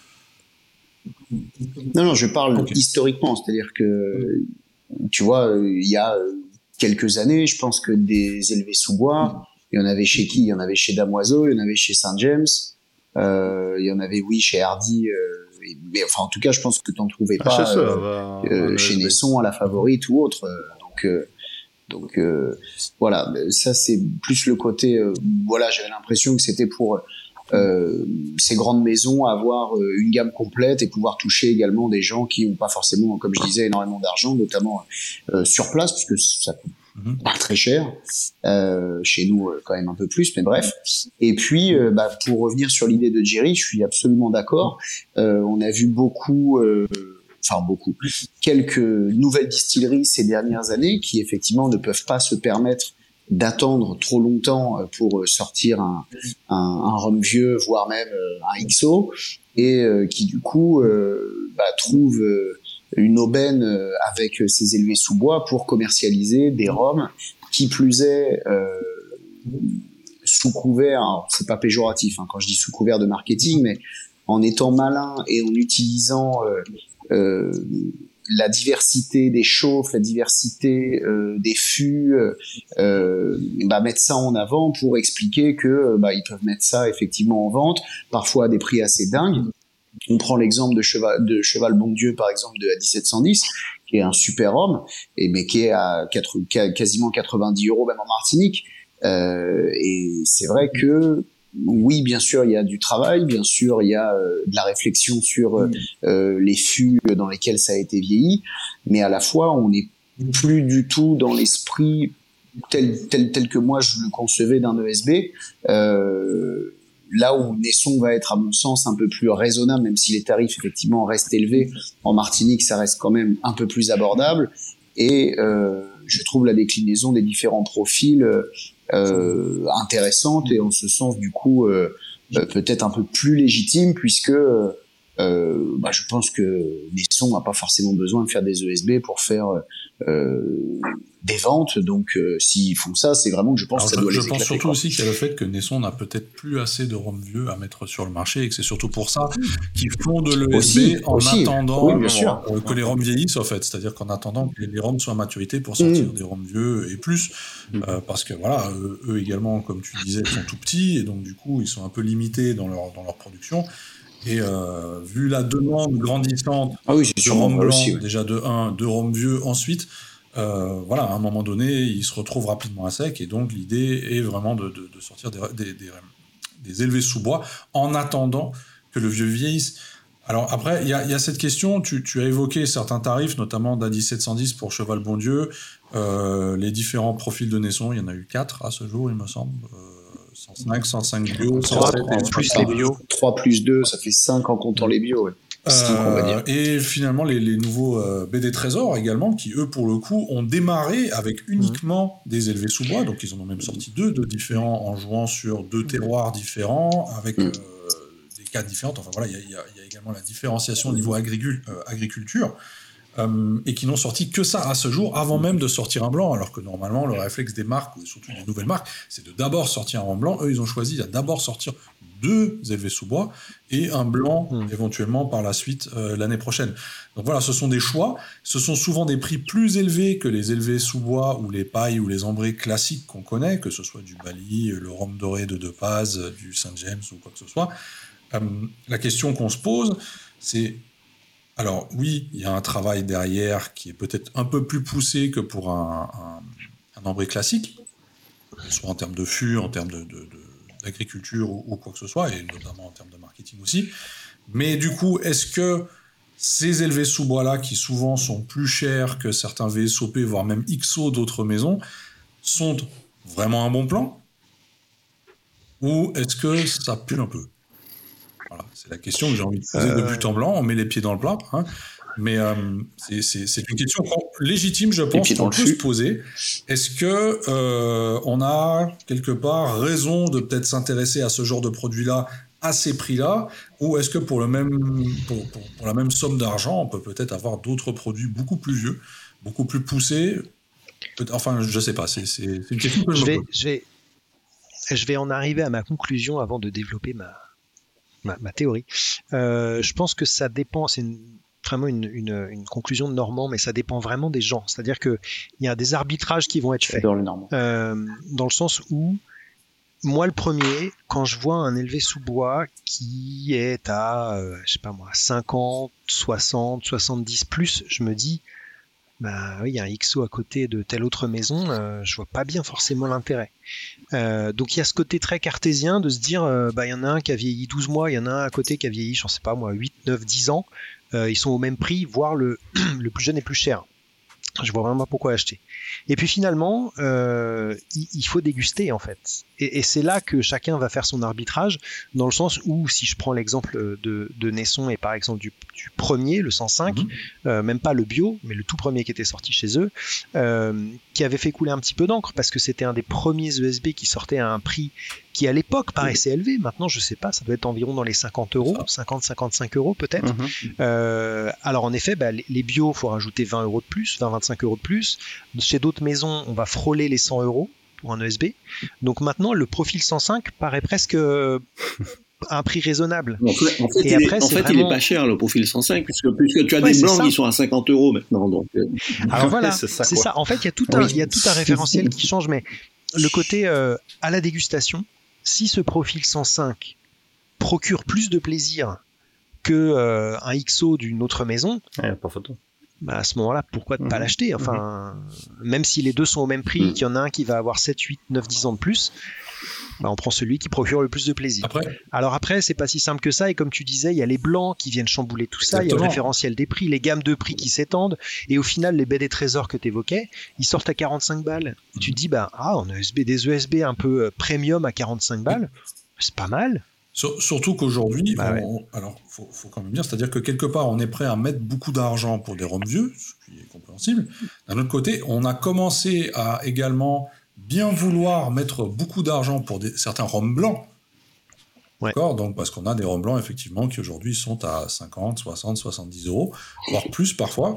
Non, je parle historiquement, c'est-à-dire que tu vois, il y a quelques années, je pense que des élevés sous bois, il y en avait chez qui? Il y en avait chez Damoiseau, il y en avait chez Saint James, il y en avait, oui, chez Hardy, mais enfin, en tout cas, je pense que t'en trouvais pas chez Naisson, à la Favorite ou autre. Donc voilà, ça c'est plus le côté. Voilà, j'avais l'impression que c'était pour ces grandes maisons avoir une gamme complète et pouvoir toucher également des gens qui n'ont pas forcément, comme je disais, énormément d'argent, notamment sur place, puisque ça coûte pas très cher. Chez nous, quand même un peu plus, mais bref. Et puis, pour revenir sur l'idée de Jerry, je suis absolument d'accord. On a vu beaucoup, quelques nouvelles distilleries ces dernières années qui effectivement ne peuvent pas se permettre d'attendre trop longtemps pour sortir un rhum vieux, voire même un XO, et qui du coup trouvent une aubaine avec ces élevés sous bois pour commercialiser des rhums, qui plus est sous couvert, alors c'est pas péjoratif quand je dis sous couvert de marketing, mais en étant malin et en utilisant la diversité des chauffes, la diversité des fûts, mettre ça en avant pour expliquer que ils peuvent mettre ça effectivement en vente, parfois à des prix assez dingues. On prend l'exemple de Cheval Bon Dieu, par exemple, de A1710, qui est un super rhum, mais qui est à quasiment 90 € même en Martinique. Et c'est vrai que oui, bien sûr, il y a du travail, bien sûr, il y a de la réflexion sur les fûts dans lesquels ça a été vieilli, mais à la fois, on n'est plus du tout dans l'esprit tel que moi je le concevais d'un ESB. Là où Naisson va être, à mon sens, un peu plus raisonnable, même si les tarifs, effectivement, restent élevés. En Martinique, ça reste quand même un peu plus abordable. Et je trouve la déclinaison des différents profils intéressante et en ce sens du coup peut-être un peu plus légitime puisque je pense que Nesson n'a pas forcément besoin de faire des ESB pour faire des ventes, donc s'ils font ça, c'est vraiment que je pense que ça doit les éclater. Je pense surtout aussi qu'il y a le fait que Nesson n'a peut-être plus assez de rhum vieux à mettre sur le marché et que c'est surtout pour ça qu'ils font de l'ESB en attendant que les rhums vieillissent en fait, c'est-à-dire qu'en attendant que les rhums soient à maturité pour sortir des rhums vieux et plus, parce que voilà, eux également, comme tu disais, ils sont tout petits et donc du coup ils sont un peu limités dans leur production. Et vu la demande grandissante de rhum blanc, déjà de 1, de rhum vieux ensuite, à un moment donné, ils se retrouvent rapidement à sec, et donc l'idée est vraiment de sortir des élevés sous bois en attendant que le vieux vieillisse. Alors après, il y a cette question, tu as évoqué certains tarifs, notamment d'A1710 pour Cheval Bondieu, les différents profils de Nesson, il y en a eu 4 à ce jour, il me semble. 105 bio, 107 plus les bio. 3 plus 2, ça fait 5 en comptant les bio. Ouais. On va dire. Et finalement, les nouveaux BD Trésor également, qui eux, pour le coup, ont démarré avec uniquement des élevés sous bois. Donc, ils en ont même sorti 2 différents en jouant sur 2 terroirs différents, avec des cas différents. Enfin, voilà, il y a également la différenciation au niveau agriculture. Et qui n'ont sorti que ça à ce jour, avant même de sortir un blanc, alors que normalement le réflexe des marques, ou surtout des nouvelles marques, c'est de d'abord sortir un rhum blanc. Eux, ils ont choisi de d'abord sortir 2 élevés sous bois et un blanc éventuellement par la suite l'année prochaine. Donc voilà, ce sont des choix. Ce sont souvent des prix plus élevés que les élevés sous bois ou les pailles ou les ambrés classiques qu'on connaît, que ce soit du Bali, le rhum doré de De Paz, du Saint James ou quoi que ce soit. La question qu'on se pose, c'est... Alors oui, il y a un travail derrière qui est peut-être un peu plus poussé que pour un ambré classique, soit en termes de fût, en termes d'agriculture ou quoi que ce soit, et notamment en termes de marketing aussi. Mais du coup, est-ce que ces élevés sous bois-là, qui souvent sont plus chers que certains VSOP, voire même XO d'autres maisons, sont vraiment un bon plan? Ou est-ce que ça pue un peu? Voilà, c'est la question que j'ai envie de poser de but en blanc. On met les pieds dans le plat, hein. Mais c'est une question légitime, je pense, qu'on peut se poser. Est-ce que on a quelque part raison de peut-être s'intéresser à ce genre de produit-là, à ces prix-là, ou est-ce que pour la même somme d'argent, on peut peut-être avoir d'autres produits beaucoup plus vieux, beaucoup plus poussés? Enfin, je sais pas. C'est une question que je vais en arriver à ma conclusion avant de développer ma théorie. Je pense que ça dépend, c'est vraiment une conclusion de Normand, mais ça dépend vraiment des gens. C'est-à-dire qu'il y a des arbitrages qui vont être faits. Dans le sens où, moi le premier, quand je vois un élevé sous bois qui est à, 50, 60, 70 plus, je me dis, oui, il y a un XO à côté de telle autre maison, je vois pas bien forcément l'intérêt. Donc il y a ce côté très cartésien de se dire, il y en a un qui a vieilli 12 mois, il y en a un à côté qui a vieilli, 8, 9, 10 ans, ils sont au même prix, voire le plus jeune est plus cher. Je vois vraiment pas pourquoi acheter. Et puis finalement, il faut déguster en fait. Et c'est là que chacun va faire son arbitrage, dans le sens où, si je prends l'exemple de Nesson et par exemple du premier, le 105, même pas le bio, mais le tout premier qui était sorti chez eux, qui avait fait couler un petit peu d'encre, parce que c'était un des premiers ESB qui sortait à un prix qui à l'époque paraissait élevé. Maintenant, je sais pas, ça doit être environ dans les 50 euros, 50-55 euros peut-être. Alors en effet, les bio, faut rajouter 20 euros de plus, 20-25 euros de plus. Chez d'autres maisons, on va frôler les 100 euros pour un ESB. Donc maintenant, le profil 105 paraît presque à un prix raisonnable. En fait, il est pas cher, le profil 105, puisque tu as des blancs qui sont à 50 euros maintenant. Donc, alors voilà, c'est ça. En fait, il y a tout un référentiel qui change, mais le côté à la dégustation, si ce profil 105 procure plus de plaisir que un XO d'une autre maison, pas photo. À ce moment-là, pourquoi ne pas l'acheter? Enfin, même si les deux sont au même prix, qu'il y en a un qui va avoir 7, 8, 9, 10 ans de plus, on prend celui qui procure le plus de plaisir. Alors après, c'est pas si simple que ça, et comme tu disais, il y a les blancs qui viennent chambouler tout ça, il y a le référentiel des prix, les gammes de prix qui s'étendent, et au final, les BD Trésors que tu évoquais, ils sortent à 45 balles. Et tu te dis, on a des ESB un peu premium à 45 balles, c'est pas mal. Surtout qu'aujourd'hui, alors faut quand même dire, c'est-à-dire que quelque part, on est prêt à mettre beaucoup d'argent pour des ROM vieux, ce qui est compréhensible. D'un autre côté, on a commencé à également bien vouloir mettre beaucoup d'argent pour certains ROM blancs. Ouais. D'accord, donc parce qu'on a des ROM blancs effectivement qui aujourd'hui sont à 50, 60, 70 €, voire plus parfois.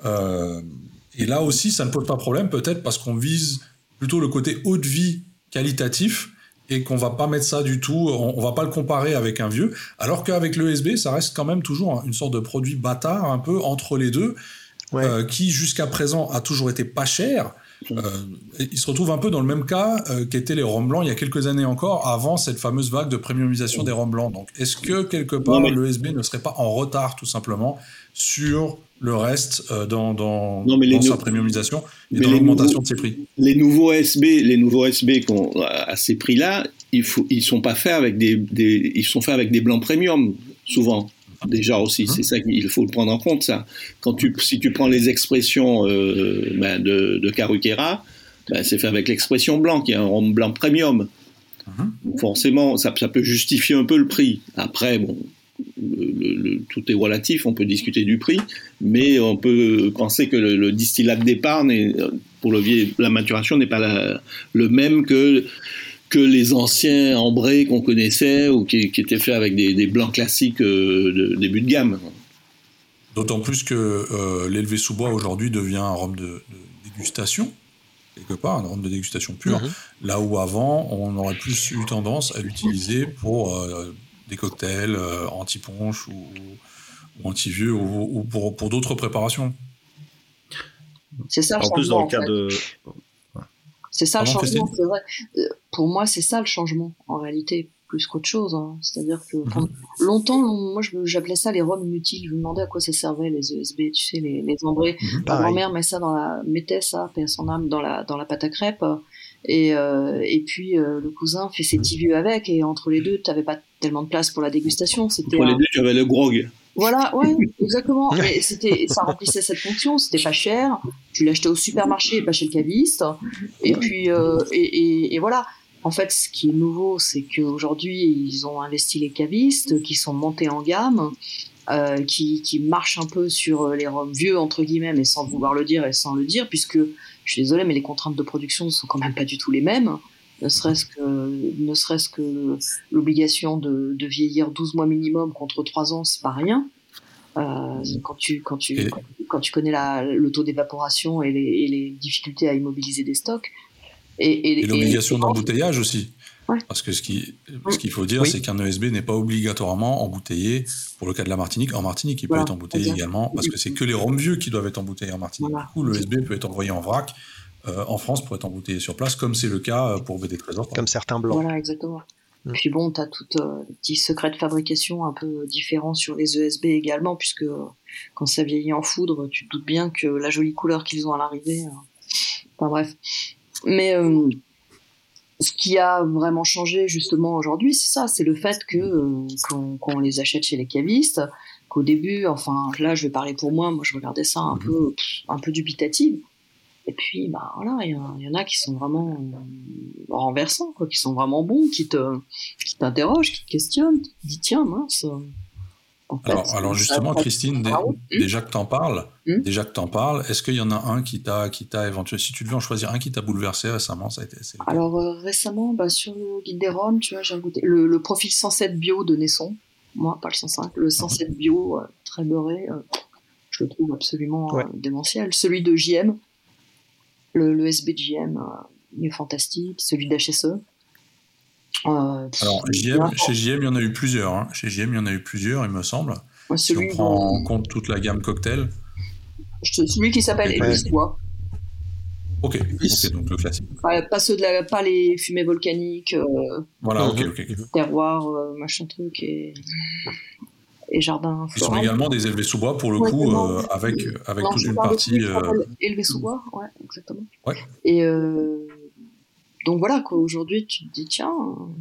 Et là aussi, ça ne pose pas problème, peut-être parce qu'on vise plutôt le côté haut de vie qualitatif et qu'on va pas mettre ça du tout, on va pas le comparer avec un vieux, alors qu'avec l'ESB, ça reste quand même toujours une sorte de produit bâtard un peu entre les deux, qui jusqu'à présent a toujours été pas cher. Il se retrouve un peu dans le même cas qu'étaient les ROM blancs il y a quelques années encore, avant cette fameuse vague de premiumisation des ROM blancs. Donc, est-ce que quelque part l'ESB ne serait pas en retard tout simplement sur le reste dans sa premiumisation et dans l'augmentation de ses prix? Les nouveaux SB à ces prix-là, ils sont faits avec des blancs premium souvent. Déjà aussi, c'est ça qu'il faut le prendre en compte, ça. Si tu prends les expressions de Karukera, c'est fait avec l'expression blanc, qui est un rhum blanc premium. Forcément, ça peut justifier un peu le prix. Après, bon, tout est relatif, on peut discuter du prix, mais on peut penser que le distillat de départ, pour la maturation, n'est pas le même que les anciens ambrés qu'on connaissait ou qui étaient faits avec des blancs classiques de début de gamme. D'autant plus que l'élevé sous bois aujourd'hui devient un rhum de dégustation, quelque part, un rhum de dégustation pure, là où avant, on aurait plus eu tendance à l'utiliser pour des cocktails anti-punch ou anti-vieux ou pour d'autres préparations. C'est ça, en plus, dans le cas de... C'est ça le changement, c'est vrai. Pour moi, c'est ça le changement, en réalité, plus qu'autre chose. Hein. C'est-à-dire que longtemps, moi, j'appelais ça les rhums inutiles. Je me demandais à quoi ça servait, les ESB, tu sais, les ambrés. Ma grand-mère mettait ça, paix à son âme, dans la pâte à crêpes. Et puis, le cousin fait ses petits vieux avec, et entre les deux, t'avais pas tellement de place pour la dégustation. Entre les deux, tu avais le grog. Voilà, ouais, exactement. Et ça remplissait cette fonction, c'était pas cher. Tu l'achetais au supermarché et pas chez le caviste. Et puis, et voilà. En fait, ce qui est nouveau, c'est qu'aujourd'hui, ils ont investi les cavistes, qui sont montés en gamme, qui marchent un peu sur les rhums vieux, entre guillemets, mais sans vouloir le dire et sans le dire, puisque, je suis désolée, mais les contraintes de production sont quand même pas du tout les mêmes. Ne serait-ce que l'obligation de vieillir 12 mois minimum contre 3 ans, c'est pas rien. Quand tu connais le taux d'évaporation et les difficultés à immobiliser des stocks. Et l'obligation d'embouteillage aussi. Ouais. Parce que ce qu'il faut dire, c'est qu'un ESB n'est pas obligatoirement embouteillé. Pour le cas de la Martinique, en Martinique, il peut être embouteillé également, parce que c'est que les rhums vieux qui doivent être embouteillés en Martinique. Du coup, l'ESB peut être envoyé en vrac en France pour être embouteillé sur place, comme c'est le cas pour BD Trésor. Comme certains blancs. Voilà, exactement. Puis bon, tu as tout les petits secrets de fabrication un peu différents sur les ESB également, puisque quand ça vieillit en foudre, tu te doutes bien que la jolie couleur qu'ils ont à l'arrivée... Enfin bref. Mais ce qui a vraiment changé justement aujourd'hui, c'est ça, c'est le fait qu'on les achète chez les cavistes, qu'au début, enfin là je vais parler pour moi je regardais ça un peu dubitative. Et puis, voilà, il y en a qui sont vraiment renversants, quoi, qui sont vraiment bons, qui t'interrogent, qui te questionnent, qui te disent tiens, mince. Alors justement, Christine, déjà que t'en parles, est-ce qu'il y en a un qui t'a éventuellement, si tu devais en choisir un qui t'a bouleversé récemment, ça a été. Alors récemment, sur le guide des Roms, tu vois, j'ai goûté le profil 107 bio de Nesson. Moi, pas le 105, le 107 bio très beurré, je le trouve absolument démentiel. Celui de JM. Le SB de JM, il est fantastique. Celui d'HSE. Alors, chez JM, il y en a eu plusieurs. Hein. Chez JM, il y en a eu plusieurs, il me semble. Si on prend en compte toute la gamme cocktail. Celui qui s'appelle Elvis Bois. Ok, donc le classique. Pas les fumées volcaniques. Voilà, ok. Terroir, machin truc et jardin. Ils sont également des élevés sous bois pour le coup, avec toute une partie. Élevés sous bois, ouais, exactement. Ouais. Et donc voilà, quoi. Aujourd'hui, tu te dis tiens,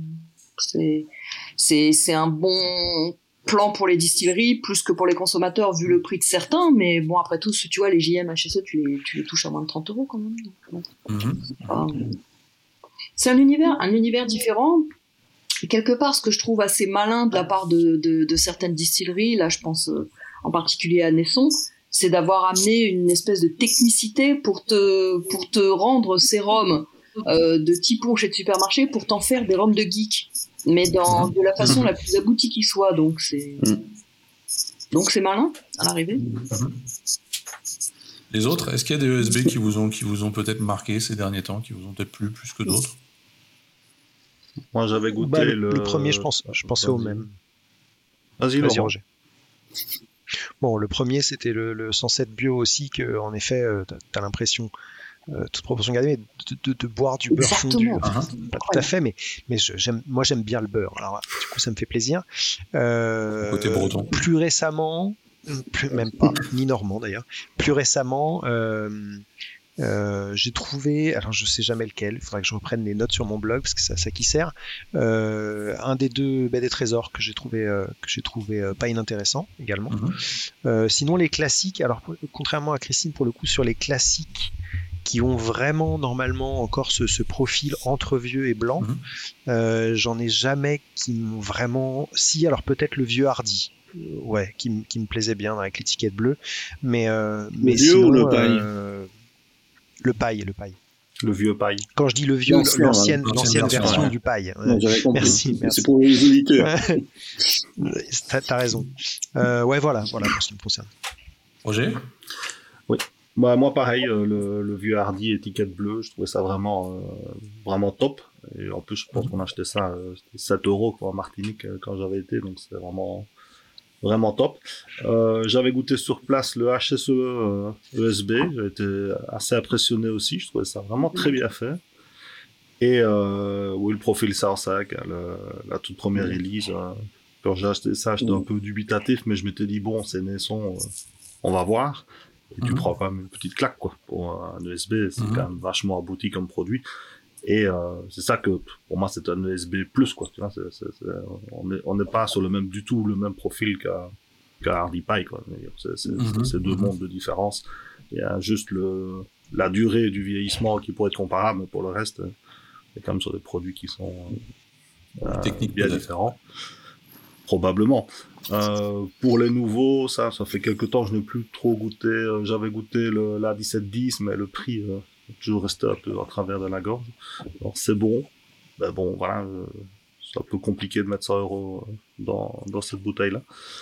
c'est un bon plan pour les distilleries, plus que pour les consommateurs vu le prix de certains. Mais bon, après tout, tu vois, les JM HSE, tu les touches à moins de 30 € quand même. Donc, c'est un univers différent. quelque part, ce que je trouve assez malin de la part de certaines distilleries, là je pense en particulier à Naisson, c'est d'avoir amené une espèce de technicité pour te rendre ces rhums de petits punch et de supermarché pour t'en faire des rhums de geek, mais de la façon la plus aboutie qui soit. Donc c'est malin à l'arrivée. Les autres, est-ce qu'il y a des ESB qui vous ont peut-être marqué ces derniers temps, qui vous ont peut-être plu plus que d'autres? Moi, j'avais goûté le premier, je pensais au même. Vas-y Roger. Bon, le premier, c'était le 107 bio aussi, que en effet, t'as l'impression, toute proportion gardée, de boire du beurre fondu. Pas tout à fait, mais moi j'aime bien le beurre. Alors, du coup, ça me fait plaisir. Côté breton. Plus récemment, même pas, ni normand d'ailleurs. Plus récemment, j'ai trouvé, alors je sais jamais lequel, il faudrait que je reprenne les notes sur mon blog parce que c'est à ça qui sert. Un des deux des trésors que j'ai trouvé pas inintéressant également. Sinon les classiques, alors contrairement à Christine pour le coup sur les classiques qui ont vraiment normalement encore ce profil entre vieux et blanc, j'en ai jamais qui m'ont vraiment. Si, alors peut-être le vieux Hardy. Ouais, qui me plaisait bien avec l'étiquette bleue, mais le vieux sinon, ou le paille le paille. Le vieux paille. Quand je dis le vieux, l'ancienne version ouais. Du paille. Non, j'avais compris. Merci. C'est pour les auditeurs. T'as raison. Ouais, voilà pour ce qui me concerne. Roger? Oui. Bah, moi, pareil, le vieux Hardy étiquette bleue, je trouvais ça vraiment top. Et en plus, je pense qu'on achetait ça 7 € en Martinique quand j'avais été, donc c'était vraiment top. J'avais goûté sur place le HSE ESB, j'ai été assez impressionné aussi, je trouvais ça vraiment très bien fait. Et oui, le profil 105, la toute première release, quand j'ai acheté ça, j'étais un peu dubitatif, mais je m'étais dit bon, c'est Naisson, on va voir. Et tu prends quand même une petite claque quoi. Pour un ESB, c'est quand même vachement abouti comme produit. Et c'est ça que pour moi c'est un ESB plus quoi. Tu vois, on n'est pas sur le même profil qu'un Hardy Pie quoi. C'est deux mondes de différence. Il y a juste la durée du vieillissement qui pourrait être comparable, mais pour le reste, c'est quand même sur des produits qui sont techniques bien différents. Probablement. Pour les nouveaux, ça fait quelques temps que je n'ai plus trop goûté. J'avais goûté la 1710, mais le prix toujours resté un peu à travers de la gorge. Alors c'est bon, mais bon voilà, c'est un peu compliqué de mettre 100 € dans cette bouteille-là.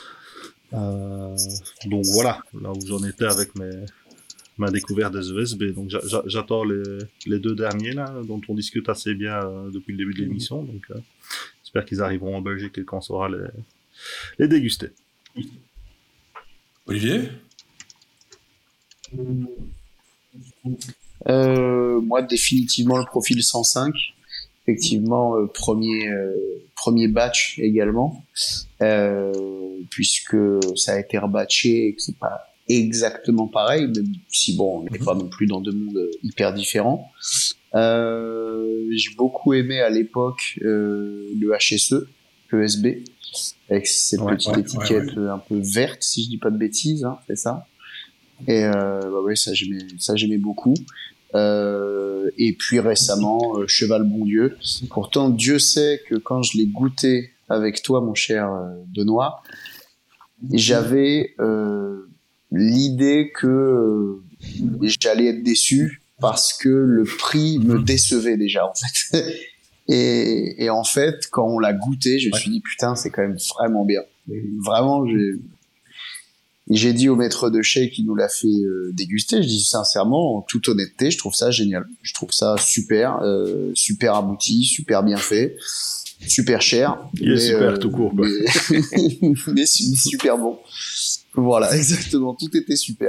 Donc voilà, là où j'en étais avec ma découverte des ESB. Donc j'attends les deux derniers là, dont on discute assez bien depuis le début de l'émission. Donc j'espère qu'ils arriveront en Belgique et qu'on saura les déguster. Olivier? Moi, définitivement le profil 105. Effectivement, premier batch également, puisque ça a été rebatché et que c'est pas exactement pareil, même si bon, on n'est pas non plus dans deux mondes hyper différents. J'ai beaucoup aimé à l'époque le HSE, ESB, avec cette petite étiquette un peu verte, si je dis pas de bêtises, hein, c'est ça. Et ça j'aimais beaucoup. Et puis récemment, Cheval Bon Dieu. Pourtant, Dieu sait que quand je l'ai goûté avec toi, mon cher Benoît, j'avais l'idée que j'allais être déçu parce que le prix me décevait déjà en fait. Et en fait, quand on l'a goûté, je me suis dit putain, c'est quand même vraiment bien. Et vraiment, j'ai dit au maître de chez qui nous l'a fait déguster, je dis sincèrement, en toute honnêteté, je trouve ça génial. Je trouve ça super, super abouti, super bien fait, super cher. Il est super tout court, quoi. Mais super bon. Voilà, exactement, tout était super.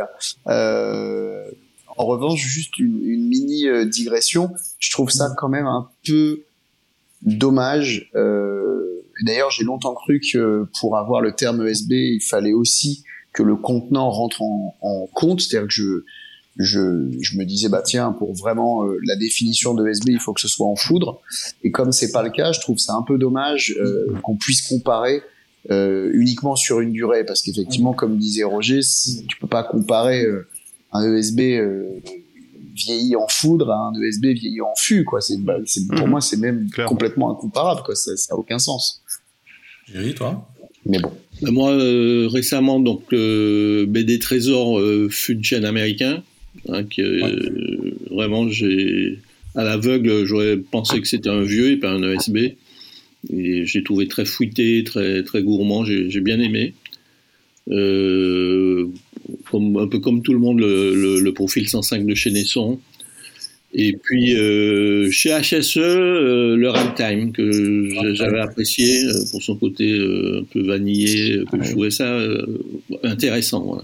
En revanche, juste une mini digression, je trouve ça quand même un peu dommage. D'ailleurs, j'ai longtemps cru que pour avoir le terme ESB, il fallait aussi que le contenant rentre en compte, c'est-à-dire que je me disais bah tiens, pour vraiment la définition de ESB, il faut que ce soit en foudre, et comme c'est pas le cas, je trouve ça un peu dommage qu'on puisse comparer uniquement sur une durée, parce qu'effectivement, comme disait Roger, tu peux pas comparer un ESB vieilli en foudre à un ESB vieilli en fût, quoi. Pour moi, c'est même complètement incomparable, quoi. Ça a aucun sens. Jerry, toi? Mais bon. Moi, récemment, donc, BD Trésor fut de chaîne américain, hein, vraiment, à l'aveugle, j'aurais pensé que c'était un vieux et pas un ESB. Et j'ai trouvé très fouetté, très, très gourmand, j'ai bien aimé. Un peu comme tout le monde, le profil 105 de chez Nesson. Et puis chez HSE, le Ragtime, que j'avais apprécié pour son côté un peu vanillé, que je trouvais ça intéressant. Voilà.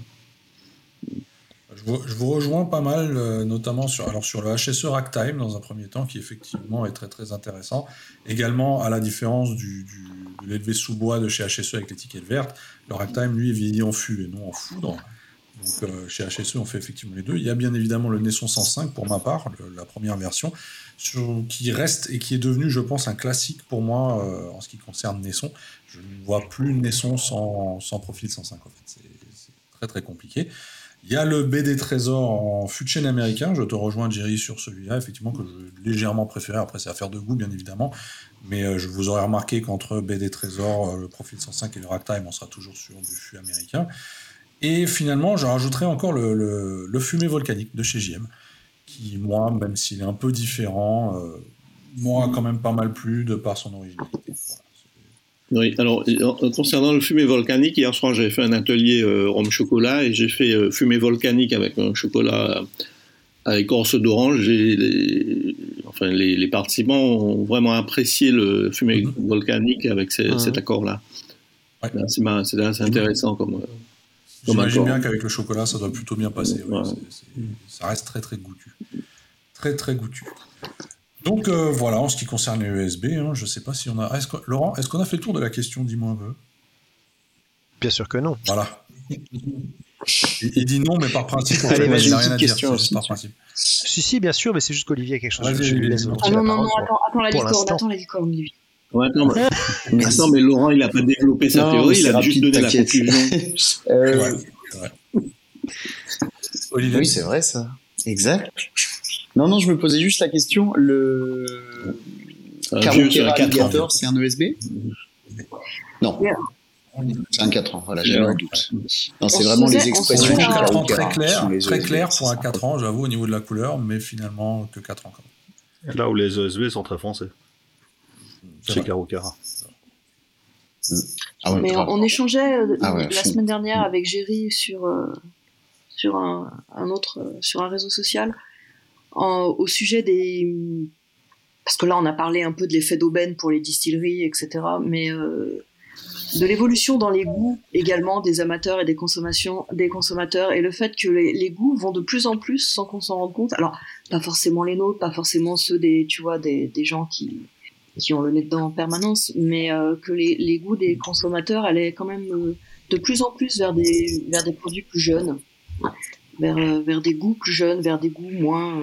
Je vous rejoins pas mal, notamment sur le HSE Ragtime dans un premier temps, qui effectivement est très très intéressant. Également, à la différence de l'élevé sous bois de chez HSE avec l'étiquette verte, le Ragtime, lui, est vieilli en fût et non en foudre. Donc chez HSE, on fait effectivement les deux. Il y a bien évidemment le Nesson 105 pour ma part, la première version, qui reste et qui est devenu, je pense, un classique pour moi en ce qui concerne Nesson. Je ne vois plus Nesson sans profil 105 en fait. C'est très très compliqué. Il y a le BD Trésor en fût de chêne américain. Je te rejoins, Jerry, sur celui-là, effectivement, que j'ai légèrement préféré. Après, c'est affaire de goût, bien évidemment. Mais je vous aurais remarqué qu'entre BD Trésor, le profil 105 et le Ragtime, on sera toujours sur du fût américain. Et finalement, je rajouterai encore le fumé volcanique de chez JM, qui, moi, même s'il est un peu différent, m'aura quand même pas mal plu de par son originalité. Voilà. Oui, alors concernant le fumé volcanique, hier soir j'avais fait un atelier rhum chocolat et j'ai fait fumé volcanique avec un chocolat à écorce d'orange. Les participants ont vraiment apprécié le fumé volcanique avec cet accord-là. Ouais. C'est assez intéressant comme J'imagine bien qu'avec le chocolat ça doit plutôt bien passer. Ouais. Ça reste très très goûtu. Très très goûtu. Donc voilà, en ce qui concerne les ESB, je ne sais pas si on a... Laurent, est-ce qu'on a fait le tour de la question? Dis-moi un peu. Bien sûr que non. Voilà. Il dit non, mais par principe, allez, vas-y, il n'a rien à dire. Question aussi, par principe. Si, bien sûr, mais c'est juste qu'Olivier a quelque chose. Je lui laisse non, attends la licorne, Olivier. Ouais, attends, mais Laurent, il n'a pas développé sa théorie, il a juste donné la conclusion. Olivier. Oui, c'est vrai, ça. Exact. Non, je me posais juste la question. Le Carouquera Alligator, c'est un ESB? Non. Yeah. C'est un 4 ans, voilà, j'avais un doute. Non, c'est vraiment les expressions. 4 ans très clair pour un 4 ans, j'avoue, au niveau de la couleur, mais finalement que 4 ans quand même. Là où les ESB sont très foncés. Chez Carouquera. Mais on échangeait la semaine dernière avec Jerry sur un réseau social au sujet des... Parce que là, on a parlé un peu de l'effet d'aubaine pour les distilleries, etc. Mais de l'évolution dans les goûts également des amateurs et des consommateurs, et le fait que les goûts vont de plus en plus sans qu'on s'en rende compte. Alors, pas forcément les nôtres, pas forcément ceux des gens qui ont le nez dedans en permanence, mais que les goûts des consommateurs allaient quand même de plus en plus vers des produits plus jeunes. Vers des goûts plus jeunes, vers des goûts moins...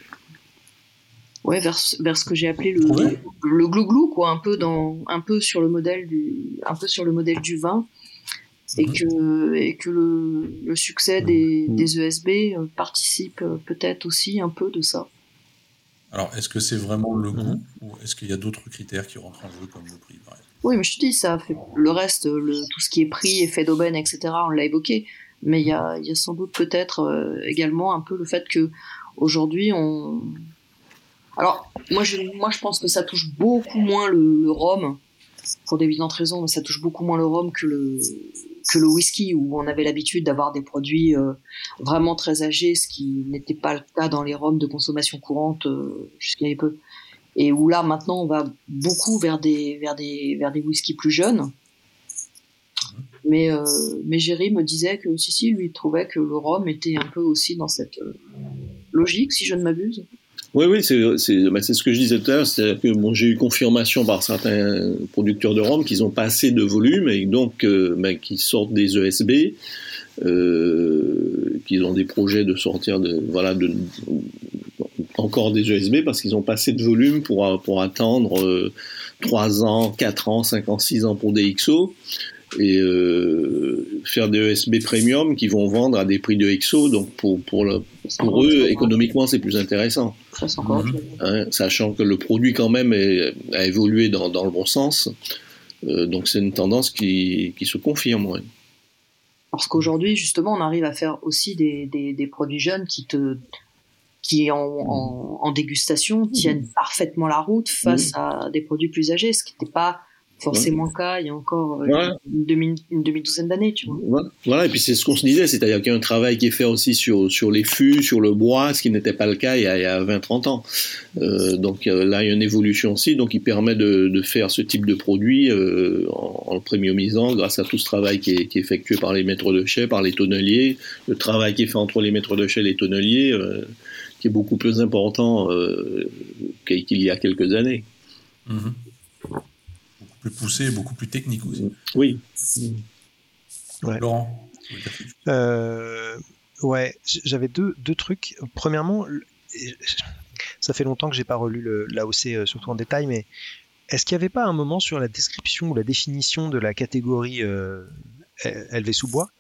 vers ce que j'ai appelé le glou-glou, quoi, un peu sur le modèle du vin, et que le succès des ESB participe peut-être aussi un peu de ça. Alors, est-ce que c'est vraiment le goût, ou est-ce qu'il y a d'autres critères qui rentrent en jeu, comme le prix, par exemple? Oui, mais je te dis, ça fait le reste, tout ce qui est prix, effet d'aubaine, etc., on l'a évoqué. Mais il y a sans doute peut-être également un peu le fait que aujourd'hui Alors moi je pense que ça touche beaucoup moins le rhum, pour d'évidentes raisons, mais ça touche beaucoup moins le rhum que le whisky, où on avait l'habitude d'avoir des produits vraiment très âgés, ce qui n'était pas le cas dans les rhums de consommation courante jusqu'à il y a peu. Et où là maintenant on va beaucoup vers des whiskies plus jeunes. Mais Jerry me disait que si lui trouvait que le rhum était un peu aussi dans cette logique, si je ne m'abuse. Oui, c'est ce que je disais tout à l'heure, c'est-à-dire que j'ai eu confirmation par certains producteurs de rhum qu'ils n'ont pas assez de volume et donc qu'ils sortent des ESB, qu'ils ont des projets de sortir encore des ESB parce qu'ils n'ont pas assez de volume pour attendre 3 ans, 4 ans, 5 ans, 6 ans pour des XO. et faire des ESB premium qui vont vendre à des prix de EXO. Donc pour eux, économiquement, c'est plus intéressant. Ça, c'est encore sachant que le produit quand même a évolué dans le bon sens. Donc c'est une tendance qui se confirme. Ouais. Parce qu'aujourd'hui, justement, on arrive à faire aussi des produits jeunes qui en dégustation tiennent parfaitement la route face à des produits plus âgés, ce qui n'était pas forcément le cas il y a encore une demi-douzaine d'années, tu vois. Voilà, et puis c'est ce qu'on se disait, c'est-à-dire qu'il y a un travail qui est fait aussi sur les fûts, sur le bois, ce qui n'était pas le cas il y a 20-30 ans. Donc là, il y a une évolution aussi, donc il permet de faire ce type de produit en le premiumisant grâce à tout ce travail qui est effectué par les maîtres de chai, par les tonneliers, le travail qui est fait entre les maîtres de chai et les tonneliers, qui est beaucoup plus important qu'il y a quelques années. Plus poussé, beaucoup plus technique aussi. Oui. Ouais. Laurent. J'avais deux trucs. Premièrement, ça fait longtemps que j'ai pas relu l'AOC surtout en détail, mais est-ce qu'il n'y avait pas un moment sur la description ou la définition de la catégorie LV sous-bois,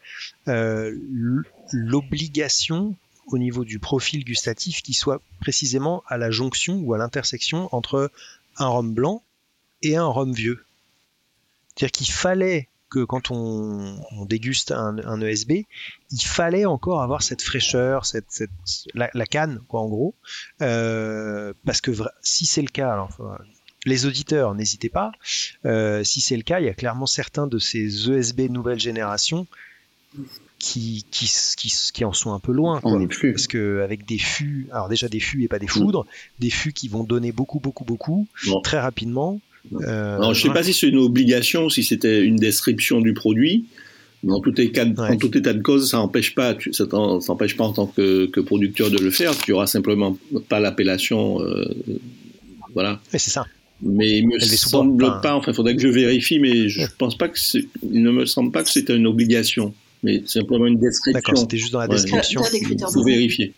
l'obligation au niveau du profil gustatif qui soit précisément à la jonction ou à l'intersection entre un rhum blanc et un rhum vieux. C'est-à-dire qu'il fallait que quand on déguste un ESB, il fallait encore avoir cette fraîcheur, la canne, quoi, en gros. Parce que si c'est le cas, alors, les auditeurs, n'hésitez pas. Si c'est le cas, il y a clairement certains de ces ESB nouvelle génération qui en sont un peu loin, quoi. Parce que avec des fûts, alors déjà des fûts et pas des foudres, des fûts qui vont donner beaucoup, très rapidement. Alors, je ne sais pas si c'est une obligation, si c'était une description du produit, mais en tout état de cause, ça n'empêche pas en tant que producteur de le faire. Tu n'auras simplement pas l'appellation, voilà. Mais c'est ça. Mais il me semble pas, enfin, il faudrait que je vérifie, mais je pense pas il ne me semble pas que c'était une obligation, mais simplement une description. D'accord, c'était juste dans la description. Il faut vérifier.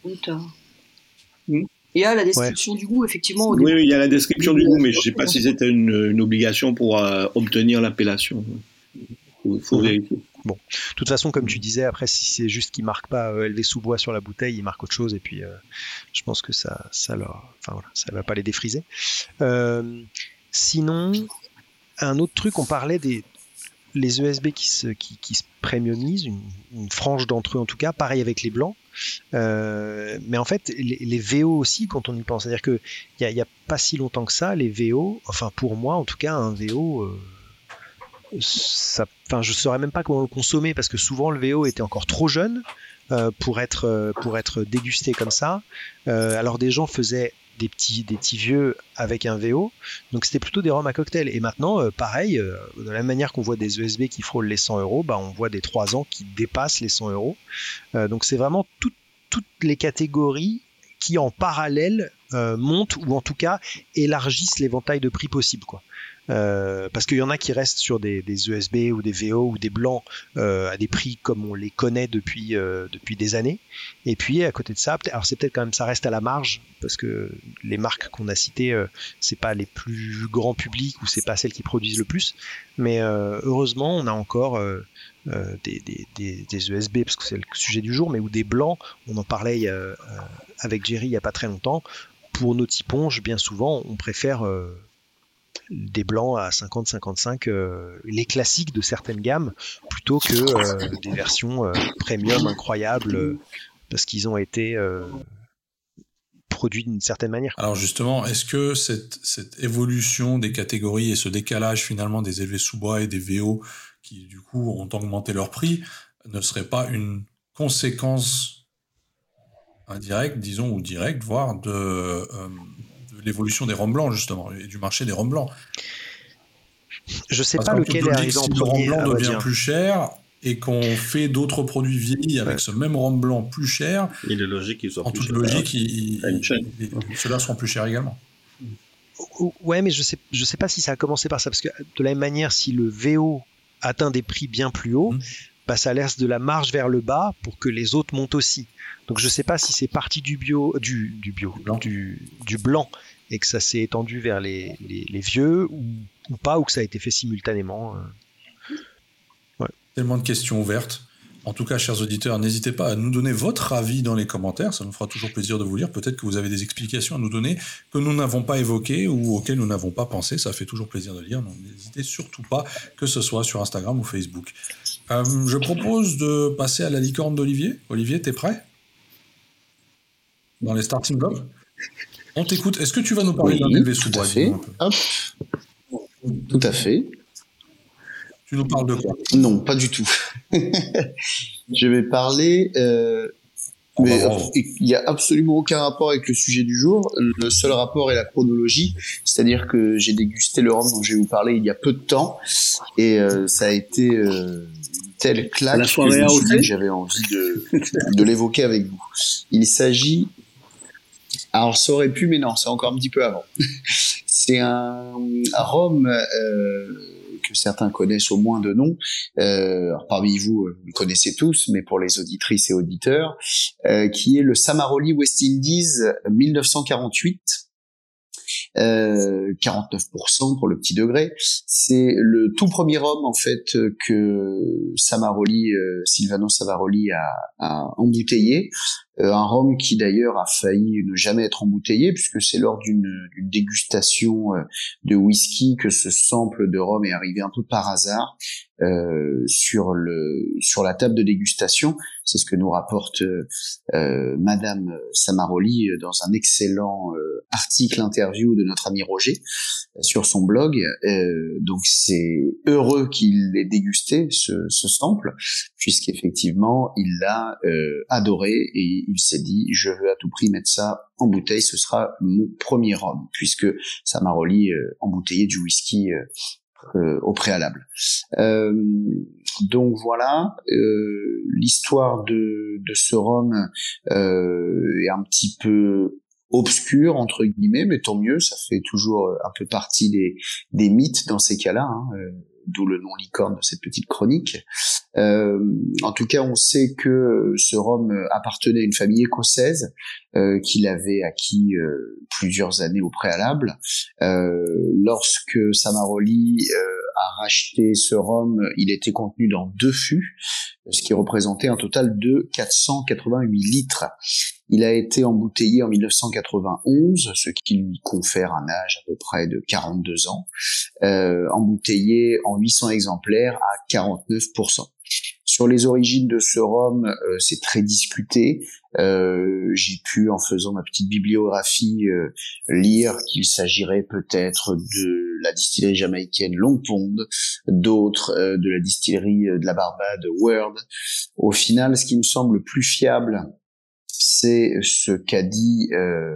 Il y a la description du goût, effectivement. Oui, il y a la description du goût, mais je ne sais pas si c'était une obligation pour obtenir l'appellation. Il faut vérifier. Bon, de toute façon, comme tu disais, après, si c'est juste qu'ils ne marquent pas LV sous-bois sur la bouteille, ils marquent autre chose, et puis je pense que ça va pas les défriser. Sinon, un autre truc, on parlait les ESB qui se premiumisent, une frange d'entre eux en tout cas, pareil avec les blancs. Mais en fait, les VO aussi, quand on y pense, c'est-à-dire qu'il n'y a pas si longtemps que ça, les VO, enfin pour moi en tout cas, un VO, je ne saurais même pas comment le consommer parce que souvent le VO était encore trop jeune pour être dégusté comme ça. Alors des gens faisaient des petits vieux avec un VO, donc c'était plutôt des rhums à cocktail. Et maintenant, pareil, de la même manière qu'on voit des ESB qui frôlent les 100 €, on voit des 3 ans qui dépassent les 100 €. Donc c'est vraiment toutes les catégories qui en parallèle montent ou en tout cas élargissent l'éventail de prix possible, quoi. Parce qu'il y en a qui restent sur des ESB ou des VO ou des blancs à des prix comme on les connaît depuis des années. Et puis à côté de ça, alors c'est peut-être quand même, ça reste à la marge parce que les marques qu'on a citées, c'est pas les plus grands publics ou c'est pas celles qui produisent le plus. Mais heureusement, on a encore des ESB parce que c'est le sujet du jour, mais ou des blancs. On en parlait avec Jerry il y a pas très longtemps. Pour nos typonges, bien souvent, on préfère des blancs à 50-55, les classiques de certaines gammes, plutôt que des versions premium incroyables, parce qu'ils ont été produits d'une certaine manière. Alors justement, est-ce que cette évolution des catégories et ce décalage finalement des élevés sous-bois et des VO qui du coup ont augmenté leur prix ne serait pas une conséquence indirecte, disons, ou directe, voire de l'évolution des rhums blancs, justement, et du marché des rhums blancs? Je sais pas lequel est arrivé en premier. Si le rhum blanc devient plus cher et qu'on fait d'autres produits vieillis avec ce même rhum blanc plus cher, il est logique qu'il soit en toute logique, ceux-là seront plus chers également. Ouais, mais je sais pas si ça a commencé par ça, parce que de la même manière, si le VO atteint des prix bien plus hauts, ça laisse de la marge vers le bas pour que les autres montent aussi. Donc je sais pas si c'est parti du blanc et que ça s'est étendu vers les vieux ou pas, ou que ça a été fait simultanément. Tellement de questions ouvertes. En tout cas, chers auditeurs, n'hésitez pas à nous donner votre avis dans les commentaires. Ça nous fera toujours plaisir de vous lire. Peut-être que vous avez des explications à nous donner que nous n'avons pas évoquées ou auxquelles nous n'avons pas pensé. Ça fait toujours plaisir de lire. Donc n'hésitez surtout pas, que ce soit sur Instagram ou Facebook. Je propose de passer à la licorne d'Olivier. Olivier, t'es prêt? Dans les starting blocks? On t'écoute. Est-ce que tu vas nous parler d'un LV sous-bois? Hop. Tout à fait. Tu nous parles de quoi? Non, pas du tout. Je vais parler... mais il n'y a absolument aucun rapport avec le sujet du jour. Le seul rapport est la chronologie. C'est-à-dire que j'ai dégusté le rhum dont je vais vous parler il y a peu de temps. Et ça a été une telle claque que je me suis dit que j'avais envie de l'évoquer avec vous. Il s'agit... Alors ça aurait pu, mais non, c'est encore un petit peu avant. C'est un rhum... que certains connaissent au moins de nom. Alors parmi vous, vous le connaissez tous, mais pour les auditrices et auditeurs, qui est le Samaroli West Indies 1948. 49% pour le petit degré. C'est le tout premier rhum en fait que Silvano Samaroli a embouteillé. Un rhum qui d'ailleurs a failli ne jamais être embouteillé puisque c'est lors d'une dégustation de whisky que ce sample de rhum est arrivé un peu par hasard sur la table de dégustation. C'est ce que nous rapporte Madame Samaroli dans un excellent article interview de notre ami Roger sur son blog. Donc c'est heureux qu'il ait dégusté ce sample puisqu'effectivement il l'a adoré et il s'est dit je veux à tout prix mettre ça en bouteille, ce sera mon premier rhum puisque Samaroli embouteillait du whisky au préalable. Donc voilà, l'histoire de ce rhum est un petit peu obscure entre guillemets, mais tant mieux, ça fait toujours un peu partie des mythes dans ces cas-là, hein, d'où le nom licorne de cette petite chronique. En tout cas, on sait que ce rhum appartenait à une famille écossaise qu'il avait acquis plusieurs années au préalable. Lorsque Samaroli a racheté ce rhum, il était contenu dans 2 fûts, ce qui représentait un total de 488 litres. Il a été embouteillé en 1991, ce qui lui confère un âge à peu près de 42 ans, embouteillé en 800 exemplaires à 49%. Sur les origines de ce rhum, c'est très discuté. J'ai pu, en faisant ma petite bibliographie, lire qu'il s'agirait peut-être de la distillerie jamaïcaine Long Pond, d'autres de la distillerie de la Barbade Word. Au final, ce qui me semble le plus fiable, c'est ce qu'a dit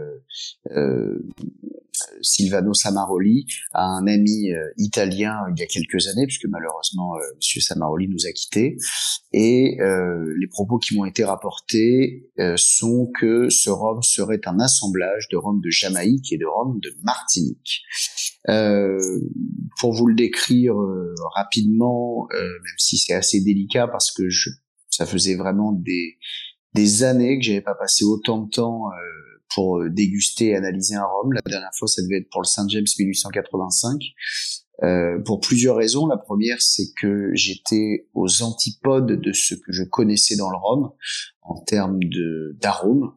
Silvano Samaroli à un ami italien il y a quelques années, puisque malheureusement Monsieur Samaroli nous a quittés, et les propos qui m'ont été rapportés sont que ce rhum serait un assemblage de rhum de Jamaïque et de rhum de Martinique. Pour vous le décrire rapidement, même si c'est assez délicat parce que ça faisait vraiment des années que j'avais pas passé autant de temps pour déguster et analyser un rhum. La dernière fois, ça devait être pour le Saint James 1885. Pour plusieurs raisons. La première, c'est que j'étais aux antipodes de ce que je connaissais dans le rhum en termes d'arôme.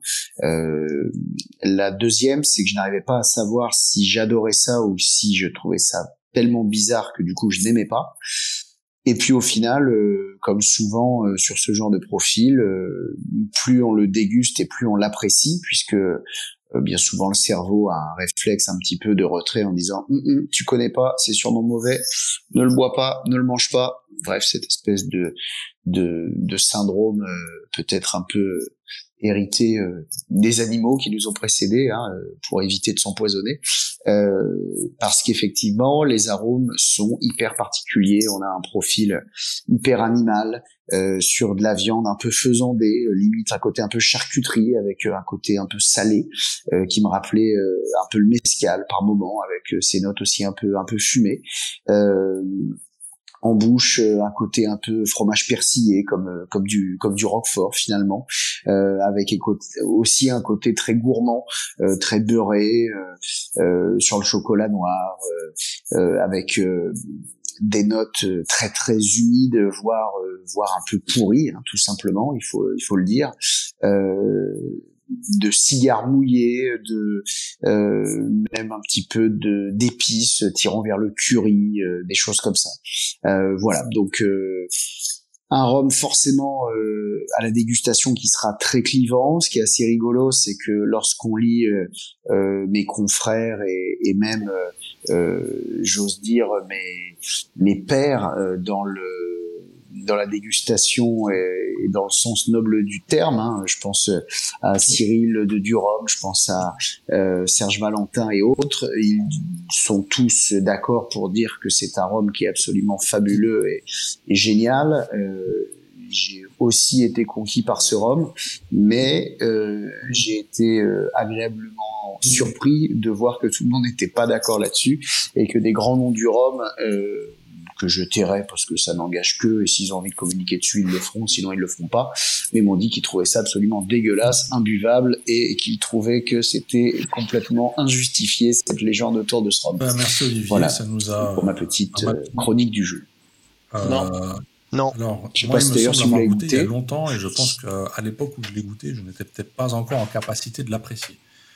La deuxième, c'est que je n'arrivais pas à savoir si j'adorais ça ou si je trouvais ça tellement bizarre que du coup je n'aimais pas. Et puis au final, comme souvent sur ce genre de profil, plus on le déguste et plus on l'apprécie, puisque bien souvent le cerveau a un réflexe un petit peu de retrait en disant tu connais pas, c'est sûrement mauvais, ne le bois pas, ne le mange pas. Bref, cette espèce de syndrome peut-être un peu hérité des animaux qui nous ont précédés, pour éviter de s'empoisonner, parce qu'effectivement les arômes sont hyper particuliers. On a un profil hyper animal sur de la viande un peu faisandée, limite un côté un peu charcuterie avec un côté un peu salé qui me rappelait un peu le mezcal par moment, avec ses notes aussi un peu fumées. En bouche, un côté un peu fromage persillé comme du roquefort finalement, avec aussi un côté très gourmand, très beurré, sur le chocolat noir, avec des notes très très humides, voire un peu pourries, hein, tout simplement, il faut le dire. De cigares mouillés, même un petit peu d'épices tirant vers le curry, des choses comme ça. Voilà, donc un rhum forcément à la dégustation qui sera très clivant. Ce qui est assez rigolo, c'est que lorsqu'on lit mes confrères et même, j'ose dire, mes pairs dans la dégustation et dans le sens noble du terme, hein. Je pense à Cyril de Durom, je pense à Serge Valentin et autres. Ils sont tous d'accord pour dire que c'est un rhum qui est absolument fabuleux et génial. J'ai aussi été conquis par ce rhum, mais j'ai été agréablement surpris de voir que tout le monde n'était pas d'accord là-dessus et que des grands noms du rhum que je tairai parce que ça n'engage qu'eux, et s'ils ont envie de communiquer dessus, ils le feront, sinon ils le feront pas, mais m'ont dit qu'ils trouvaient ça absolument dégueulasse, imbuvable, et qu'ils trouvaient que c'était complètement injustifié, cette légende autour de ce rhum. Merci Olivier, voilà, ça nous a... pour ma petite chronique du jeu. Non. Alors, je sais moi, pas il me d'ailleurs semble si vous l'avoir l'avez goûté il y a goûté. longtemps, et je pense qu'à l'époque où je l'ai goûté, je n'étais peut-être pas encore en capacité de l'apprécier.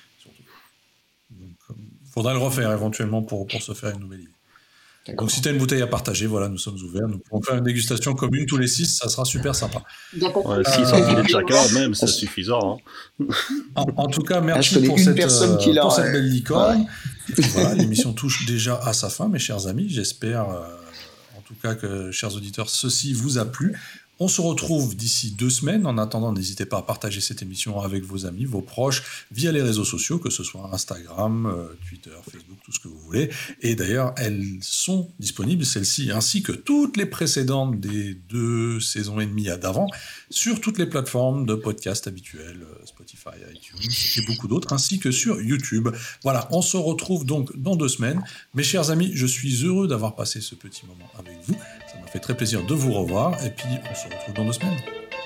Donc, faudrait le refaire éventuellement pour se faire une nouvelle idée. D'accord. Donc si tu as une bouteille à partager, voilà, nous sommes ouverts. Nous pourrons faire une dégustation commune tous les 6, ça sera super sympa. 6 centilitres chacun, même, c'est suffisant. Hein. En tout cas, merci pour cette belle licorne. Ouais. Voilà, l'émission touche déjà à sa fin, mes chers amis. J'espère, en tout cas, que, chers auditeurs, ceci vous a plu. On se retrouve d'ici 2 semaines. En attendant, n'hésitez pas à partager cette émission avec vos amis, vos proches, via les réseaux sociaux, que ce soit Instagram, Twitter, Facebook, tout ce que vous voulez. Et d'ailleurs, elles sont disponibles, celles-ci, ainsi que toutes les précédentes des 2 saisons et demie d'avant, sur toutes les plateformes de podcast habituelles, Spotify, iTunes et beaucoup d'autres, ainsi que sur YouTube. Voilà, on se retrouve donc dans 2 semaines. Mes chers amis, je suis heureux d'avoir passé ce petit moment avec vous. Ça m'a fait très plaisir de vous revoir. Et puis, on se retrouve dans 2 semaines.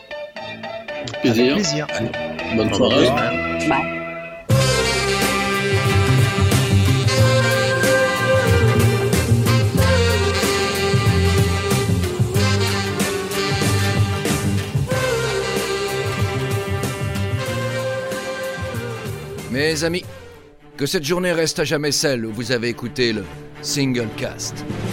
Plaisir. Allez. Bonne soirée. Mes amis, que cette journée reste à jamais celle où vous avez écouté le Single Cast.